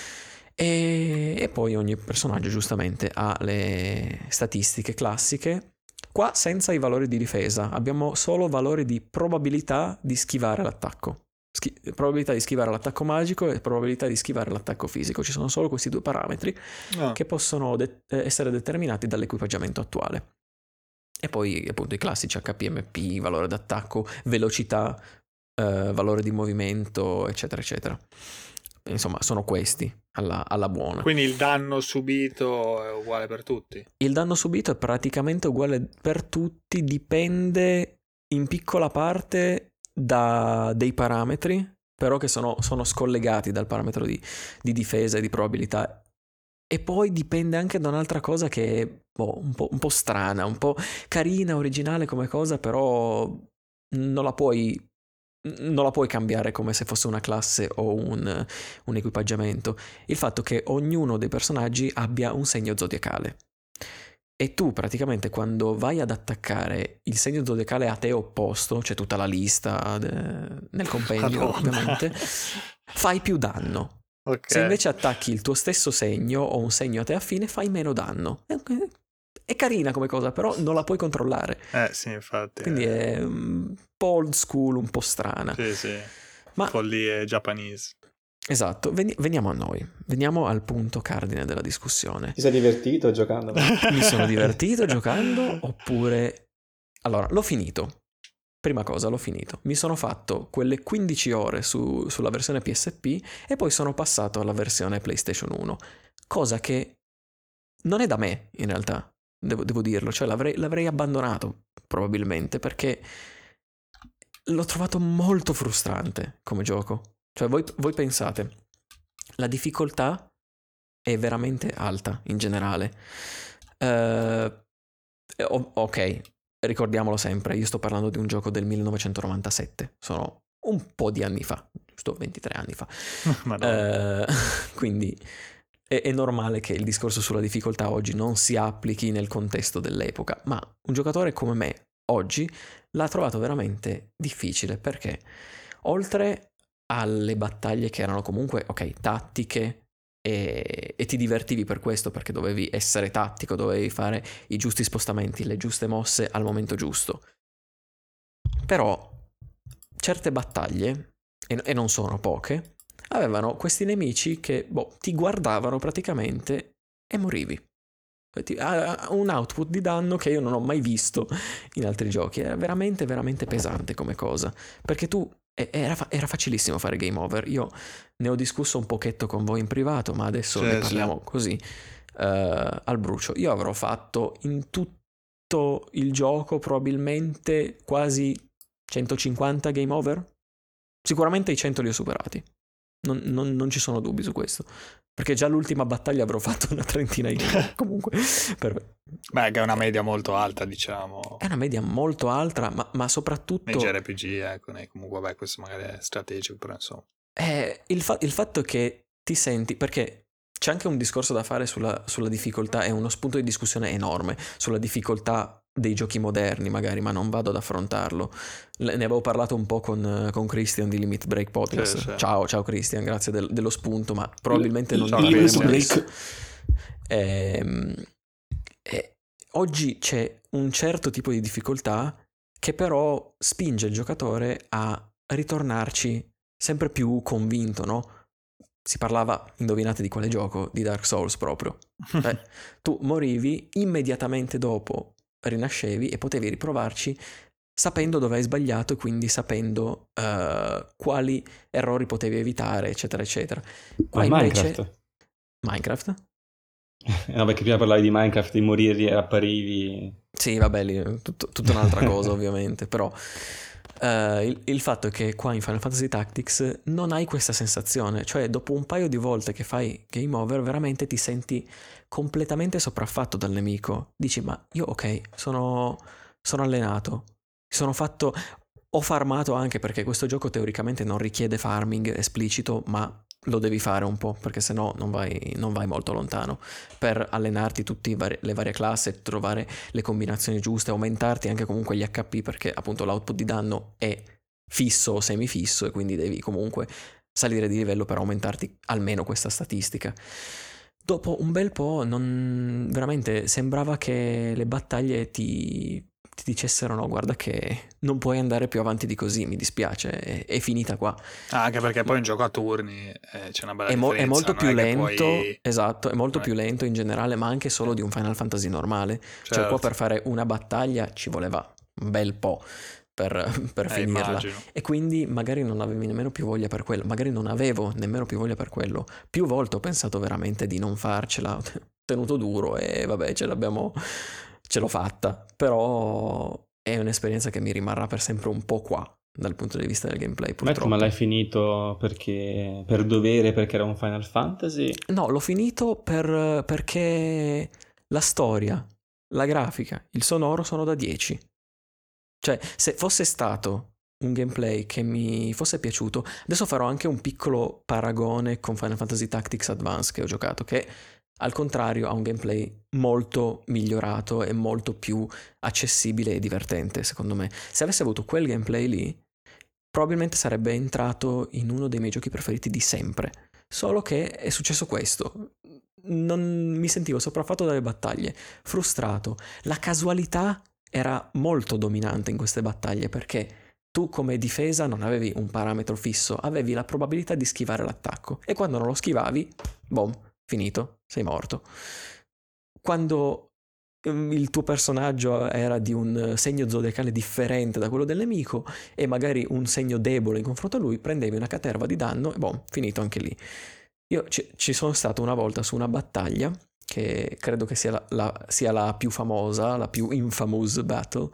E, e poi ogni personaggio giustamente ha le statistiche classiche. Qua senza i valori di difesa, abbiamo solo valori di probabilità di schivare l'attacco. Schi- probabilità di schivare l'attacco magico e probabilità di schivare l'attacco fisico. Ci sono solo questi due parametri Ah. che possono de- essere determinati dall'equipaggiamento attuale. E poi appunto i classici H P M P, valore d'attacco, velocità, eh, valore di movimento, eccetera, eccetera. Insomma, sono questi alla, alla buona. Quindi il danno subito è uguale per tutti? Il danno subito è praticamente uguale per tutti, dipende in piccola parte da dei parametri, però che sono, sono scollegati dal parametro di, di difesa e di probabilità. E poi dipende anche da un'altra cosa che è boh, un po', un po' strana, un po' carina, originale come cosa, però non la puoi... non la puoi cambiare come se fosse una classe o un, un equipaggiamento. Il fatto che ognuno dei personaggi abbia un segno zodiacale e tu praticamente quando vai ad attaccare il segno zodiacale a te opposto, c'è tutta la lista de- nel compendio Madonna. ovviamente, fai più danno. Ok. Se invece attacchi il tuo stesso segno o un segno a te affine fai meno danno. È, è carina come cosa, però non la puoi controllare. Eh sì, infatti. Quindi eh. è un po' old school, un po' strana. Sì, sì. Ma Follie japanese. esatto, veni- veniamo a noi, veniamo al punto cardine della discussione. Ti sei divertito giocando? Mi sono divertito giocando oppure... Allora, l'ho finito. Prima cosa, l'ho finito. Mi sono fatto quelle quindici ore su- sulla versione P S P e poi sono passato alla versione PlayStation uno. Cosa che non è da me, in realtà. devo, devo dirlo, cioè l'avrei, l'avrei abbandonato probabilmente perché l'ho trovato molto frustrante come gioco. Cioè voi, voi pensate, la difficoltà è veramente alta in generale. Uh, ok, ricordiamolo sempre, io sto parlando di un gioco del millenovecentonovantasette, sono un po' di anni fa, giusto ventitré anni fa. uh, quindi è, è normale che il discorso sulla difficoltà oggi non si applichi nel contesto dell'epoca, ma un giocatore come me oggi l'ha trovato veramente difficile perché oltre alle battaglie che erano comunque, ok, tattiche, e, e ti divertivi per questo perché dovevi essere tattico, dovevi fare i giusti spostamenti, le giuste mosse al momento giusto. Però certe battaglie, e, e non sono poche, avevano questi nemici che boh, ti guardavano praticamente e morivi. Ha un output di danno che io non ho mai visto in altri giochi. Era veramente veramente pesante come cosa, perché tu era, fa- era facilissimo fare game over. Io ne ho discusso un pochetto con voi in privato, ma adesso sì, ne parliamo sì. così uh, al brucio. Io avrò fatto in tutto il gioco probabilmente quasi centocinquanta game over. Sicuramente i cento li ho superati, non, non, non ci sono dubbi su questo, perché già l'ultima battaglia avrò fatto una trentina di game comunque per... Beh, che è una media molto alta, diciamo. È una media molto alta, ma, ma soprattutto nei J R P G, ecco, nei, comunque vabbè, questo magari è strategico, però insomma è il, fa- il fatto che ti senti, perché c'è anche un discorso da fare sulla, sulla difficoltà, è uno spunto di discussione enorme sulla difficoltà dei giochi moderni magari, ma non vado ad affrontarlo. Ne avevo parlato un po' con, con Christian di Limit Break Podcast. Sì, sì. Ciao, ciao Christian, grazie del, dello spunto, ma probabilmente Il- non ciao, ne Limit parleremo Christian. adesso. Break. Ehm, e oggi c'è un certo tipo di difficoltà che però spinge il giocatore a ritornarci sempre più convinto, no? Si parlava, indovinate di quale gioco? Di Dark Souls proprio. Cioè, tu morivi, immediatamente dopo rinascevi e potevi riprovarci sapendo dove hai sbagliato e quindi sapendo uh, quali errori potevi evitare, eccetera, eccetera. Qua Ma invece... Minecraft? Minecraft? No, perché prima parlavi di Minecraft, di morire e apparivi. Sì, vabbè, lì, tutto, tutta un'altra cosa ovviamente, però uh, il, il fatto è che qua in Final Fantasy Tactics non hai questa sensazione, cioè dopo un paio di volte che fai game over veramente ti senti completamente sopraffatto dal nemico. Dici, ma io ok, sono, sono allenato, sono fatto, ho farmato anche perché questo gioco teoricamente non richiede farming esplicito, ma lo devi fare un po' perché sennò non vai, non vai molto lontano per allenarti tutte le varie classi, trovare le combinazioni giuste, aumentarti anche comunque gli H P perché appunto l'output di danno è fisso o semifisso e quindi devi comunque salire di livello per aumentarti almeno questa statistica. Dopo un bel po' non, veramente sembrava che le battaglie ti, ti dicessero no, guarda che non puoi andare più avanti di così, mi dispiace, è, è finita qua. Ah, anche perché poi in gioco a turni eh, c'è una bella è, mo- differenza. è molto non più è che lento, puoi... esatto, è molto non più è- lento in generale, ma anche solo di un Final Fantasy normale. Cioè qua Certo. per fare una battaglia ci voleva un bel po' per, per Eh, finirla. immagino. E quindi magari non avevi nemmeno più voglia per quello, magari non avevo nemmeno più voglia per quello. Più volte ho pensato veramente di non farcela, ho tenuto duro e vabbè, ce l'abbiamo, ce l'ho fatta. Però è un'esperienza che mi rimarrà per sempre un po' qua, dal punto di vista del gameplay, Matt, purtroppo. ma l'hai finito perché per dovere, perché era un Final Fantasy? No, l'ho finito per, perché la storia, la grafica, il sonoro sono da dieci. Cioè, se fosse stato un gameplay che mi fosse piaciuto, adesso farò anche un piccolo paragone con Final Fantasy Tactics Advance che ho giocato, che al contrario ha un gameplay molto migliorato e molto più accessibile e divertente, secondo me. Se avesse avuto quel gameplay lì, probabilmente sarebbe entrato in uno dei miei giochi preferiti di sempre. Solo che è successo questo. Non mi sentivo sopraffatto dalle battaglie, frustrato. La casualità era molto dominante in queste battaglie perché tu come difesa non avevi un parametro fisso, avevi la probabilità di schivare l'attacco e quando non lo schivavi, boom, finito, sei morto. Quando um, il tuo personaggio era di un segno zodiacale differente da quello del nemico e magari un segno debole in confronto a lui, prendevi una caterva di danno e boom, finito anche lì. Io ci, ci sono stato una volta su una battaglia che credo che sia la, la- sia la più famosa, la più infamous battle,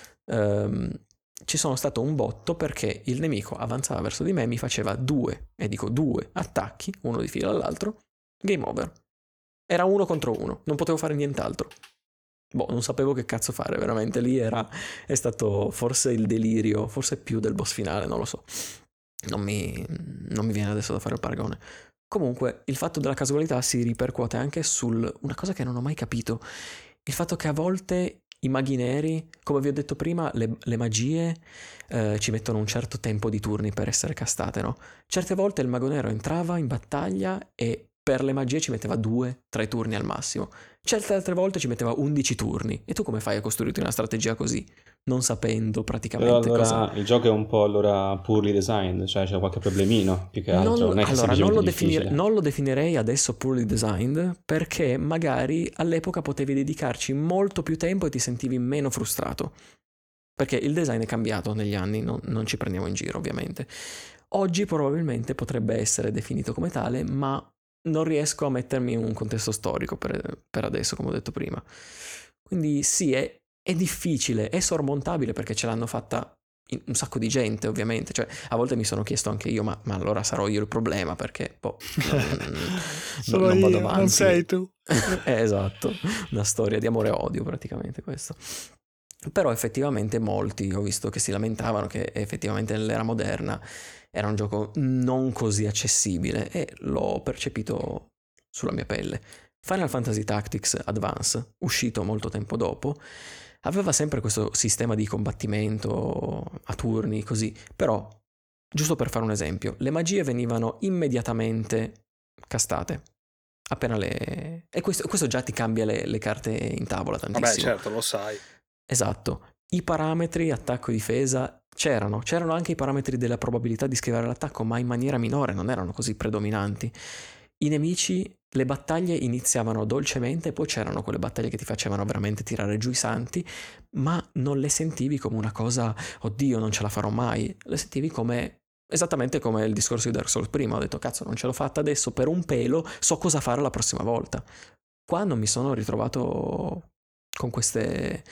ehm, ci sono stato un botto perché il nemico avanzava verso di me e mi faceva due, e dico due, attacchi, uno di fila all'altro, game over. Era uno contro uno, non potevo fare nient'altro. Boh, non sapevo che cazzo fare, veramente lì era, è stato forse il delirio, forse più del boss finale, non lo so. Non mi, non mi viene adesso da fare il paragone. Comunque, il fatto della casualità si ripercuote anche sul una cosa che non ho mai capito. Il fatto che a volte i maghi neri, come vi ho detto prima, le, le magie eh, ci mettono un certo tempo di turni per essere castate, no? Certe volte il mago nero entrava in battaglia e per le magie ci metteva due, tre turni al massimo. Certe altre volte ci metteva undici turni. E tu come fai a costruirti una strategia così? Non sapendo Però praticamente cosa... allora il gioco è un po' allora poorly designed, cioè c'è qualche problemino più che altro, Non, non è che è allora, non lo, semplicemente definire- difficile. non lo definirei adesso poorly designed perché magari all'epoca potevi dedicarci molto più tempo e ti sentivi meno frustrato. Perché il design è cambiato negli anni, non, non ci prendiamo in giro ovviamente. Oggi probabilmente potrebbe essere definito come tale, ma non riesco a mettermi in un contesto storico per, per adesso, come ho detto prima. Quindi sì, è, è difficile, è sormontabile perché ce l'hanno fatta in- un sacco di gente, ovviamente. Cioè, a volte mi sono chiesto anche io, ma, ma allora sarò io il problema perché boh, non, Solo non vado io, avanti. non sei tu. Eh, esatto, una storia di amore e odio praticamente questo. Però effettivamente molti ho visto che si lamentavano che effettivamente nell'era moderna era un gioco non così accessibile e l'ho percepito sulla mia pelle. Final Fantasy Tactics Advance, uscito molto tempo dopo, aveva sempre questo sistema di combattimento a turni così, però, giusto per fare un esempio, le magie venivano immediatamente castate. Appena le... E questo, questo già ti cambia le, le carte in tavola tantissimo. Vabbè, certo, lo sai. Esatto. I parametri attacco e difesa c'erano, c'erano anche i parametri della probabilità di schivare l'attacco, ma in maniera minore, non erano così predominanti. I nemici, le battaglie iniziavano dolcemente, poi c'erano quelle battaglie che ti facevano veramente tirare giù i santi, ma non le sentivi come una cosa, oddio, non ce la farò mai, le sentivi come esattamente come il discorso di Dark Souls prima, ho detto cazzo, non ce l'ho fatta adesso per un pelo, so cosa fare la prossima volta. Qua non mi sono ritrovato con queste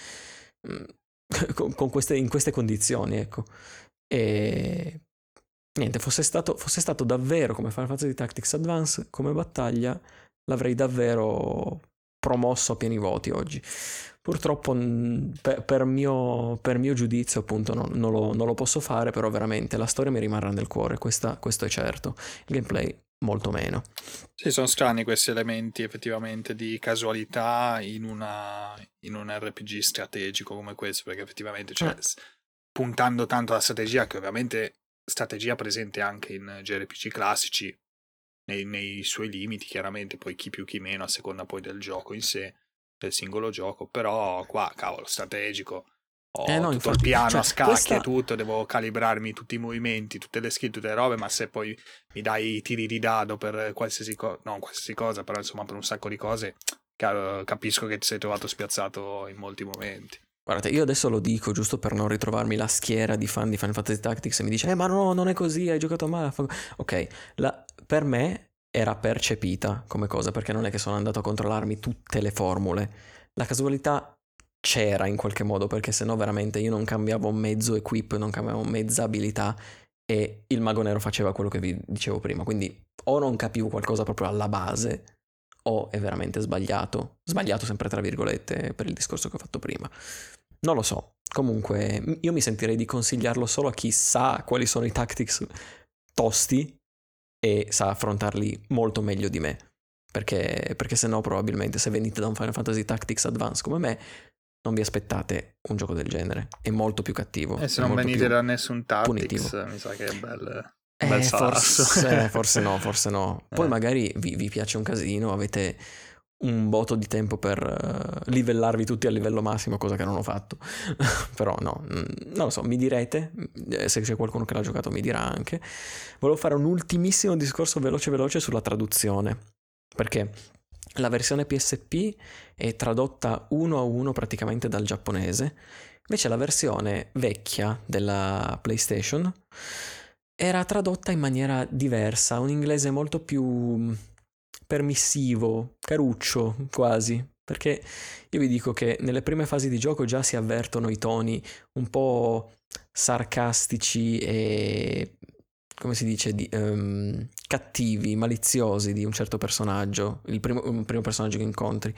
con, con queste in queste condizioni, ecco. E niente, fosse stato, fosse stato davvero come Final Fantasy Tactics Advance, come battaglia, l'avrei davvero promosso a pieni voti oggi. Purtroppo per, per, mio, per mio giudizio appunto non, non, lo, non lo posso fare, però veramente la storia mi rimarrà nel cuore, questa, questo è certo. Il gameplay molto meno. Sì, sono strani questi elementi effettivamente di casualità in, una, in un R P G strategico come questo, perché effettivamente cioè, Eh. puntando tanto alla strategia, che ovviamente strategia presente anche in J R P G classici, nei, nei suoi limiti chiaramente, poi chi più chi meno a seconda poi del gioco in sé, del singolo gioco, però qua cavolo strategico, ho Eh no, tutto infatti, il piano cioè, a scacchi questa- e tutto, devo calibrarmi tutti i movimenti, tutte le skill, tutte le robe, ma se poi mi dai i tiri di dado per qualsiasi cosa, non qualsiasi cosa, però insomma per un sacco di cose, ca- capisco che ti sei trovato spiazzato in molti momenti. Guardate, io adesso lo dico giusto per non ritrovarmi la schiera di fan di Final Fantasy Tactics e mi dice, eh ma no, non è così, hai giocato male. Ok, la- per me era percepita come cosa, perché non è che sono andato a controllarmi tutte le formule. La casualità c'era in qualche modo, perché sennò veramente io non cambiavo mezzo equip, non cambiavo mezza abilità e il mago nero faceva quello che vi dicevo prima. Quindi o non capivo qualcosa proprio alla base o è veramente sbagliato. Sbagliato sempre tra virgolette per il discorso che ho fatto prima. Non lo so. Comunque io mi sentirei di consigliarlo solo a chi sa quali sono i tactics tosti e sa affrontarli molto meglio di me. Perché, perché se no probabilmente se venite da un Final Fantasy Tactics Advance come me non vi aspettate un gioco del genere. È molto più cattivo. E se è non molto venite più da nessun Tactics, punitivo. mi sa che è bel, un bel Eh, salasso. forse, forse no, forse no. Poi Eh. magari vi, vi piace un casino, avete un botto di tempo per uh, livellarvi tutti al livello massimo, cosa che non ho fatto. Però no, mm, non lo so, mi direte, eh, se c'è qualcuno che l'ha giocato mi dirà anche. Volevo fare un ultimissimo discorso veloce veloce sulla traduzione, perché la versione P S P è tradotta uno a uno praticamente dal giapponese, invece la versione vecchia della PlayStation era tradotta in maniera diversa, un inglese molto più permissivo, caruccio quasi, perché io vi dico che nelle prime fasi di gioco già si avvertono i toni un po' sarcastici e, come si dice, di, um, cattivi, maliziosi di un certo personaggio, il primo, il primo personaggio che incontri.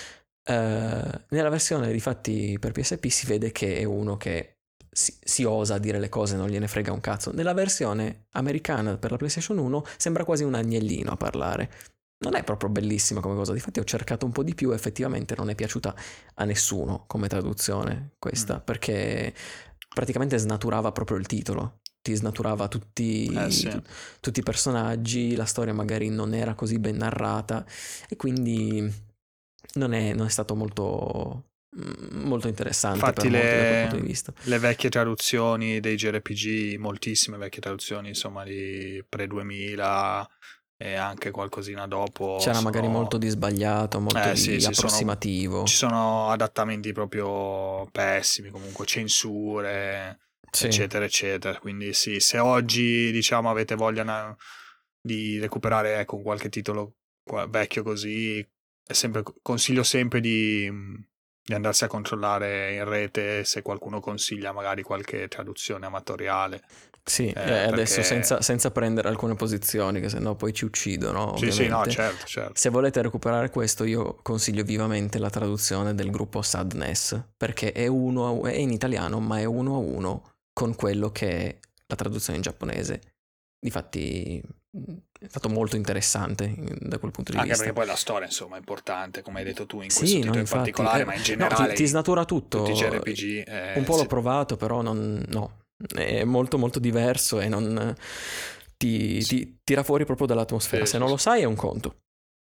Uh, nella versione difatti per P S P si vede che è uno che si, si osa a dire le cose, non gliene frega un cazzo. Nella versione americana per la PlayStation uno sembra quasi un agnellino a parlare. Non è proprio bellissima come cosa, difatti ho cercato un po' di più e effettivamente non è piaciuta a nessuno come traduzione questa, mm. perché praticamente snaturava proprio il titolo, ti snaturava tutti, eh sì. tu, tutti i personaggi, la storia magari non era così ben narrata e quindi non è, non è stato molto... molto interessante. Infatti per le, molti, da quel punto di vista. Le vecchie traduzioni dei J R P G, moltissime vecchie traduzioni insomma di pre duemila e anche qualcosina dopo c'era sono... magari molto di sbagliato, molto eh, di sì, sì, approssimativo, sono, ci sono adattamenti proprio pessimi, comunque censure, sì. eccetera eccetera, quindi sì, se oggi diciamo avete voglia na- di recuperare ecco qualche titolo vecchio così, è sempre, consiglio sempre di di andarsi a controllare in rete se qualcuno consiglia magari qualche traduzione amatoriale. Sì, eh, eh, adesso perché... senza, senza prendere alcune posizioni, che sennò poi ci uccidono. Sì, ovviamente. sì, no, certo, certo. Se volete recuperare questo, io consiglio vivamente la traduzione del gruppo Sadness, perché è uno, è in italiano, ma è uno a uno con quello che è la traduzione in giapponese. Difatti è stato molto interessante da quel punto di anche vista. Anche perché poi la storia insomma è importante, come hai detto tu in questo sì, titolo no, in infatti, particolare, eh, ma in generale no, ti, ti snatura tutto. Tutti i J R P G eh, un po' l'ho se... provato, però non, no, è molto molto diverso e non ti, sì. ti tira fuori proprio dall'atmosfera. Sì, se sì, non sì. lo sai è un conto,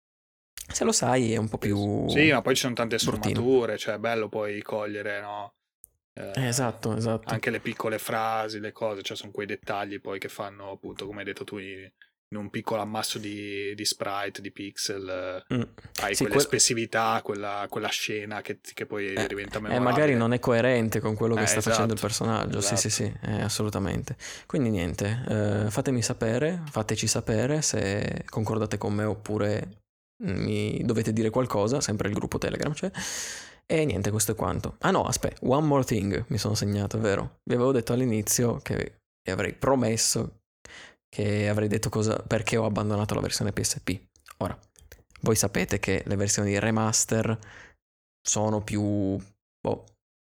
se lo sai è un po' più sì, ma poi ci sono tante bruttino. sfumature, cioè è bello poi cogliere, no? Eh, esatto, esatto. Anche le piccole frasi, le cose, cioè sono quei dettagli poi che fanno appunto, come hai detto tu, in un piccolo ammasso di, di sprite, di pixel, mm. hai sì, quell'espressività, quel... quella, quella scena che, che poi eh, diventa memorabile. E magari non è coerente con quello che eh, sta esatto, facendo il personaggio, esatto. sì sì sì, eh, assolutamente. Quindi niente, eh, fatemi sapere, fateci sapere se concordate con me oppure mi dovete dire qualcosa, sempre il gruppo Telegram c'è. E niente, questo è quanto. Ah no, aspetta, one more thing mi sono segnato, è vero? Vi avevo detto all'inizio che vi avrei promesso che avrei detto cosa, perché ho abbandonato la versione P S P. Ora, voi sapete che le versioni remaster sono più boh,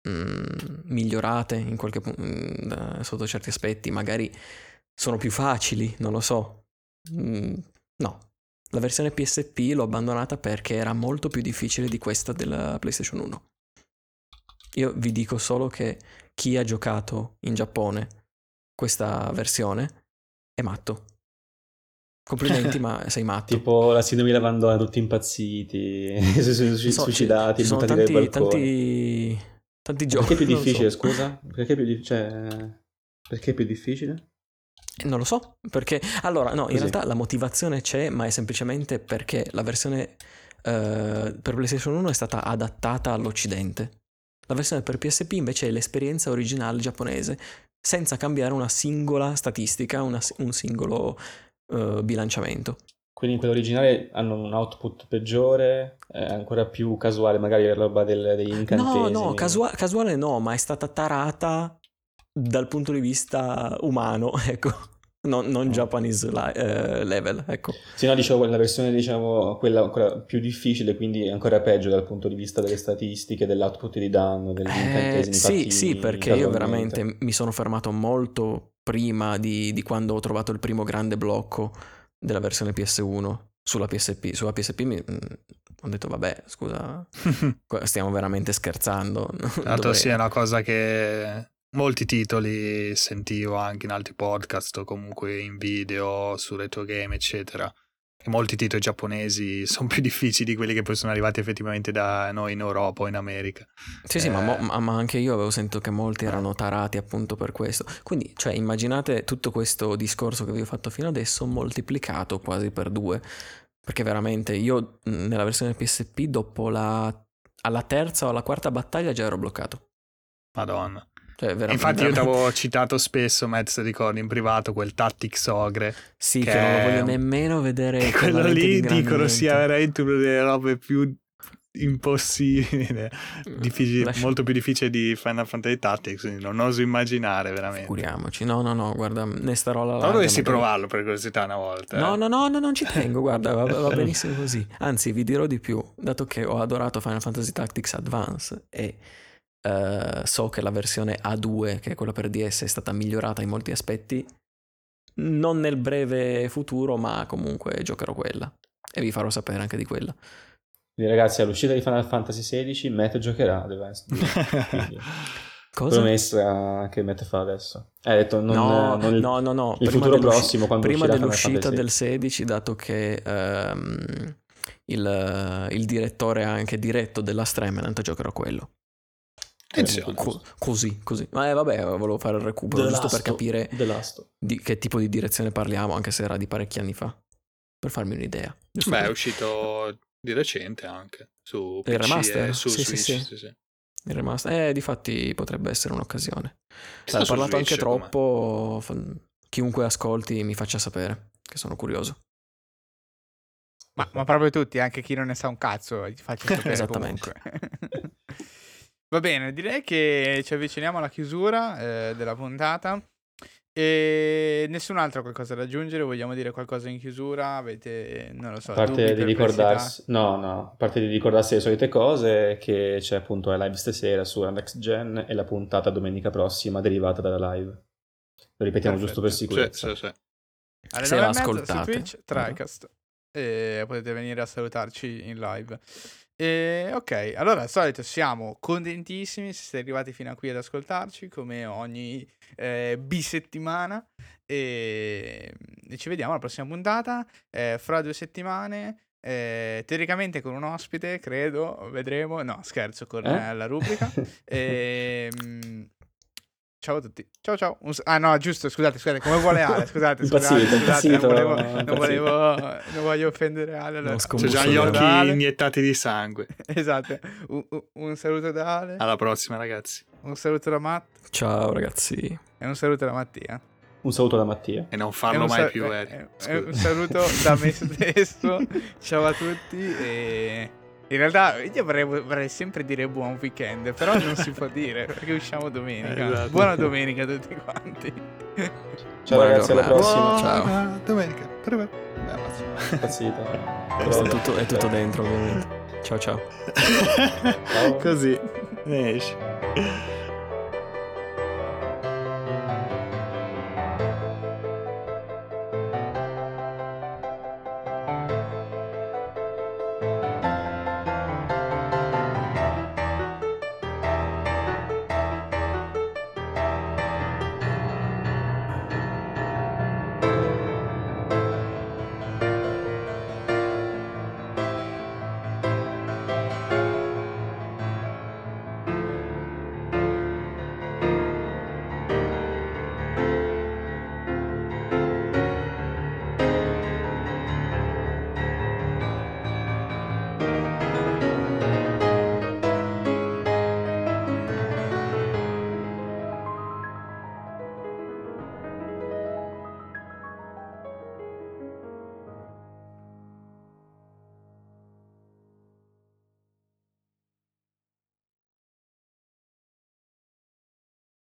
mh, migliorate in qualche mh, sotto certi aspetti, magari sono più facili, non lo so. Mh, no. La versione P S P l'ho abbandonata perché era molto più difficile di questa della PlayStation uno. Io vi dico solo che chi ha giocato in Giappone questa versione è matto. Complimenti, ma sei matto. Tipo la sindrome di Lavandona, tutti impazziti, so, suicidati, ci sono buttati tanti, dai balconi. Tanti, tanti giochi. Perché è più difficile, so. scusa? Perché è più, di- cioè, perché è più difficile? Non lo so, perché allora no, in Così. realtà la motivazione c'è, ma è semplicemente perché la versione uh, per PlayStation uno è stata adattata all'Occidente. La versione per P S P invece è l'esperienza originale giapponese, senza cambiare una singola statistica, una, un singolo uh, bilanciamento. Quindi in quella originale hanno un output peggiore, è ancora più casuale, magari la roba del, degli incantesimi. No, no, casua- casuale no, ma è stata tarata dal punto di vista umano, ecco. Non, non oh. Japanese li- eh, level, ecco. Sì, no, dicevo, la versione, diciamo, quella ancora più difficile, quindi ancora peggio dal punto di vista delle statistiche, dell'output di danno, degli eh, incantesimi sì, fatti sì, perché io veramente mi sono fermato molto prima di, di quando ho trovato il primo grande blocco della versione P S uno sulla P S P. Sulla P S P mi, mh, ho detto, vabbè, scusa, stiamo veramente scherzando. Tanto Dovrei... sì, è una cosa che... molti titoli sentivo anche in altri podcast o comunque in video su retro game eccetera, e molti titoli giapponesi sono più difficili di quelli che poi sono arrivati effettivamente da noi in Europa o in America. Sì, eh... sì, ma, mo, ma anche io avevo sentito che molti erano tarati appunto per questo. Quindi, cioè, immaginate tutto questo discorso che vi ho fatto fino adesso moltiplicato quasi per due, perché veramente io nella versione P S P dopo la alla terza o alla quarta battaglia già ero bloccato. Madonna. Cioè, veramente, Infatti io ti veramente... avevo citato spesso, Matt, se ricordi, in privato, quel Tactics Ogre. Sì, che, che non lo voglio è... nemmeno vedere. E quello lì dicono sia veramente una delle robe più impossibili, difficile, Lascia... molto più difficile di Final Fantasy Tactics, quindi non oso immaginare veramente. Figuriamoci, no no no, guarda, ne starò alla larga. Ma dovresti magari... provarlo per curiosità una volta. No eh. no no, no non ci tengo, guarda, va, va benissimo così. Anzi, vi dirò di più, dato che ho adorato Final Fantasy Tactics Advance e uh, so che la versione A due, che è quella per D S, è stata migliorata in molti aspetti, non nel breve futuro, ma comunque giocherò quella e vi farò sapere anche di quella. Quindi ragazzi, all'uscita di Final Fantasy sedici Matt giocherà Advance. Cosa? Promessa che Matt fa adesso. Hai detto non, no, non il, no, no, no. il Prima futuro prossimo quando prima uscirà dell'uscita Final del sedici, dato che um, il, il direttore ha anche diretto della Remnant, giocherò quello. Attenzione. Co- così, così. Ma eh, vabbè, volevo fare il recupero The giusto Last per capire The Last. di che tipo di direzione parliamo, anche se era di parecchi anni fa, per farmi un'idea. Giusto Beh, così. è uscito di recente anche su Il P C remaster? e su Sì, Switch. sì, sì. Sì, sì. Il remaster, eh, difatti potrebbe essere un'occasione. Sta Dai, ho su parlato Switch, anche com'è? troppo. fa- Chiunque ascolti mi faccia sapere, che sono curioso. Ma, ma proprio tutti, anche chi non ne sa un cazzo, ti faccio sapere Esattamente. comunque. Va bene, direi che ci avviciniamo alla chiusura eh, della puntata. E nessun altro ha qualcosa da aggiungere? Vogliamo dire qualcosa in chiusura? Avete, non lo so, A parte dubbi, di perplessità? ricordarsi, no, no, a parte di ricordarsi le solite cose, che c'è appunto la live stasera su Next Gen e la puntata domenica prossima derivata dalla live. Lo ripetiamo Perfetto. giusto per Sì, sicurezza. sì, sì. Alle Se nove la e mezza su ascoltate. Twitch, Tricast. E potete venire a salutarci in live. E, ok, allora al solito siamo contentissimi se siete arrivati fino a qui ad ascoltarci, come ogni eh, bisettimana. E, e ci vediamo alla prossima puntata, eh, fra due settimane. Eh, teoricamente con un ospite, credo, vedremo. No, scherzo, con Eh? eh, la rubrica. E, mm, ciao a tutti. Ciao ciao. Un s- ah no, giusto, scusate, scusate, come vuole Ale, scusate, scusate, Impazzito, scusate, impazzito, non volevo, impazzito. non volevo, non voglio offendere Ale. allora. Non C'ho già C'ho gli già occhi da Ale. iniettati di sangue. Esatto. Un, un- un saluto da Ale, Alla prossima, ragazzi. un saluto da Matt Ciao ragazzi. e un saluto da Mattia. Un saluto da Mattia. E non E farlo un mai sa- più, e- Eric. e- e un saluto da me stesso. Ciao a tutti e in realtà io vorrei, vorrei sempre dire buon weekend, però non si può dire perché usciamo domenica. Esatto. Buona domenica a tutti quanti. Ciao Buona ragazzi, alla giornata. prossima. Ciao. Buona domenica. Beh, ammazza. Impazzito. Questo è tutto, è tutto dentro, ovviamente. Ciao ciao. Ciao. Così ne esce.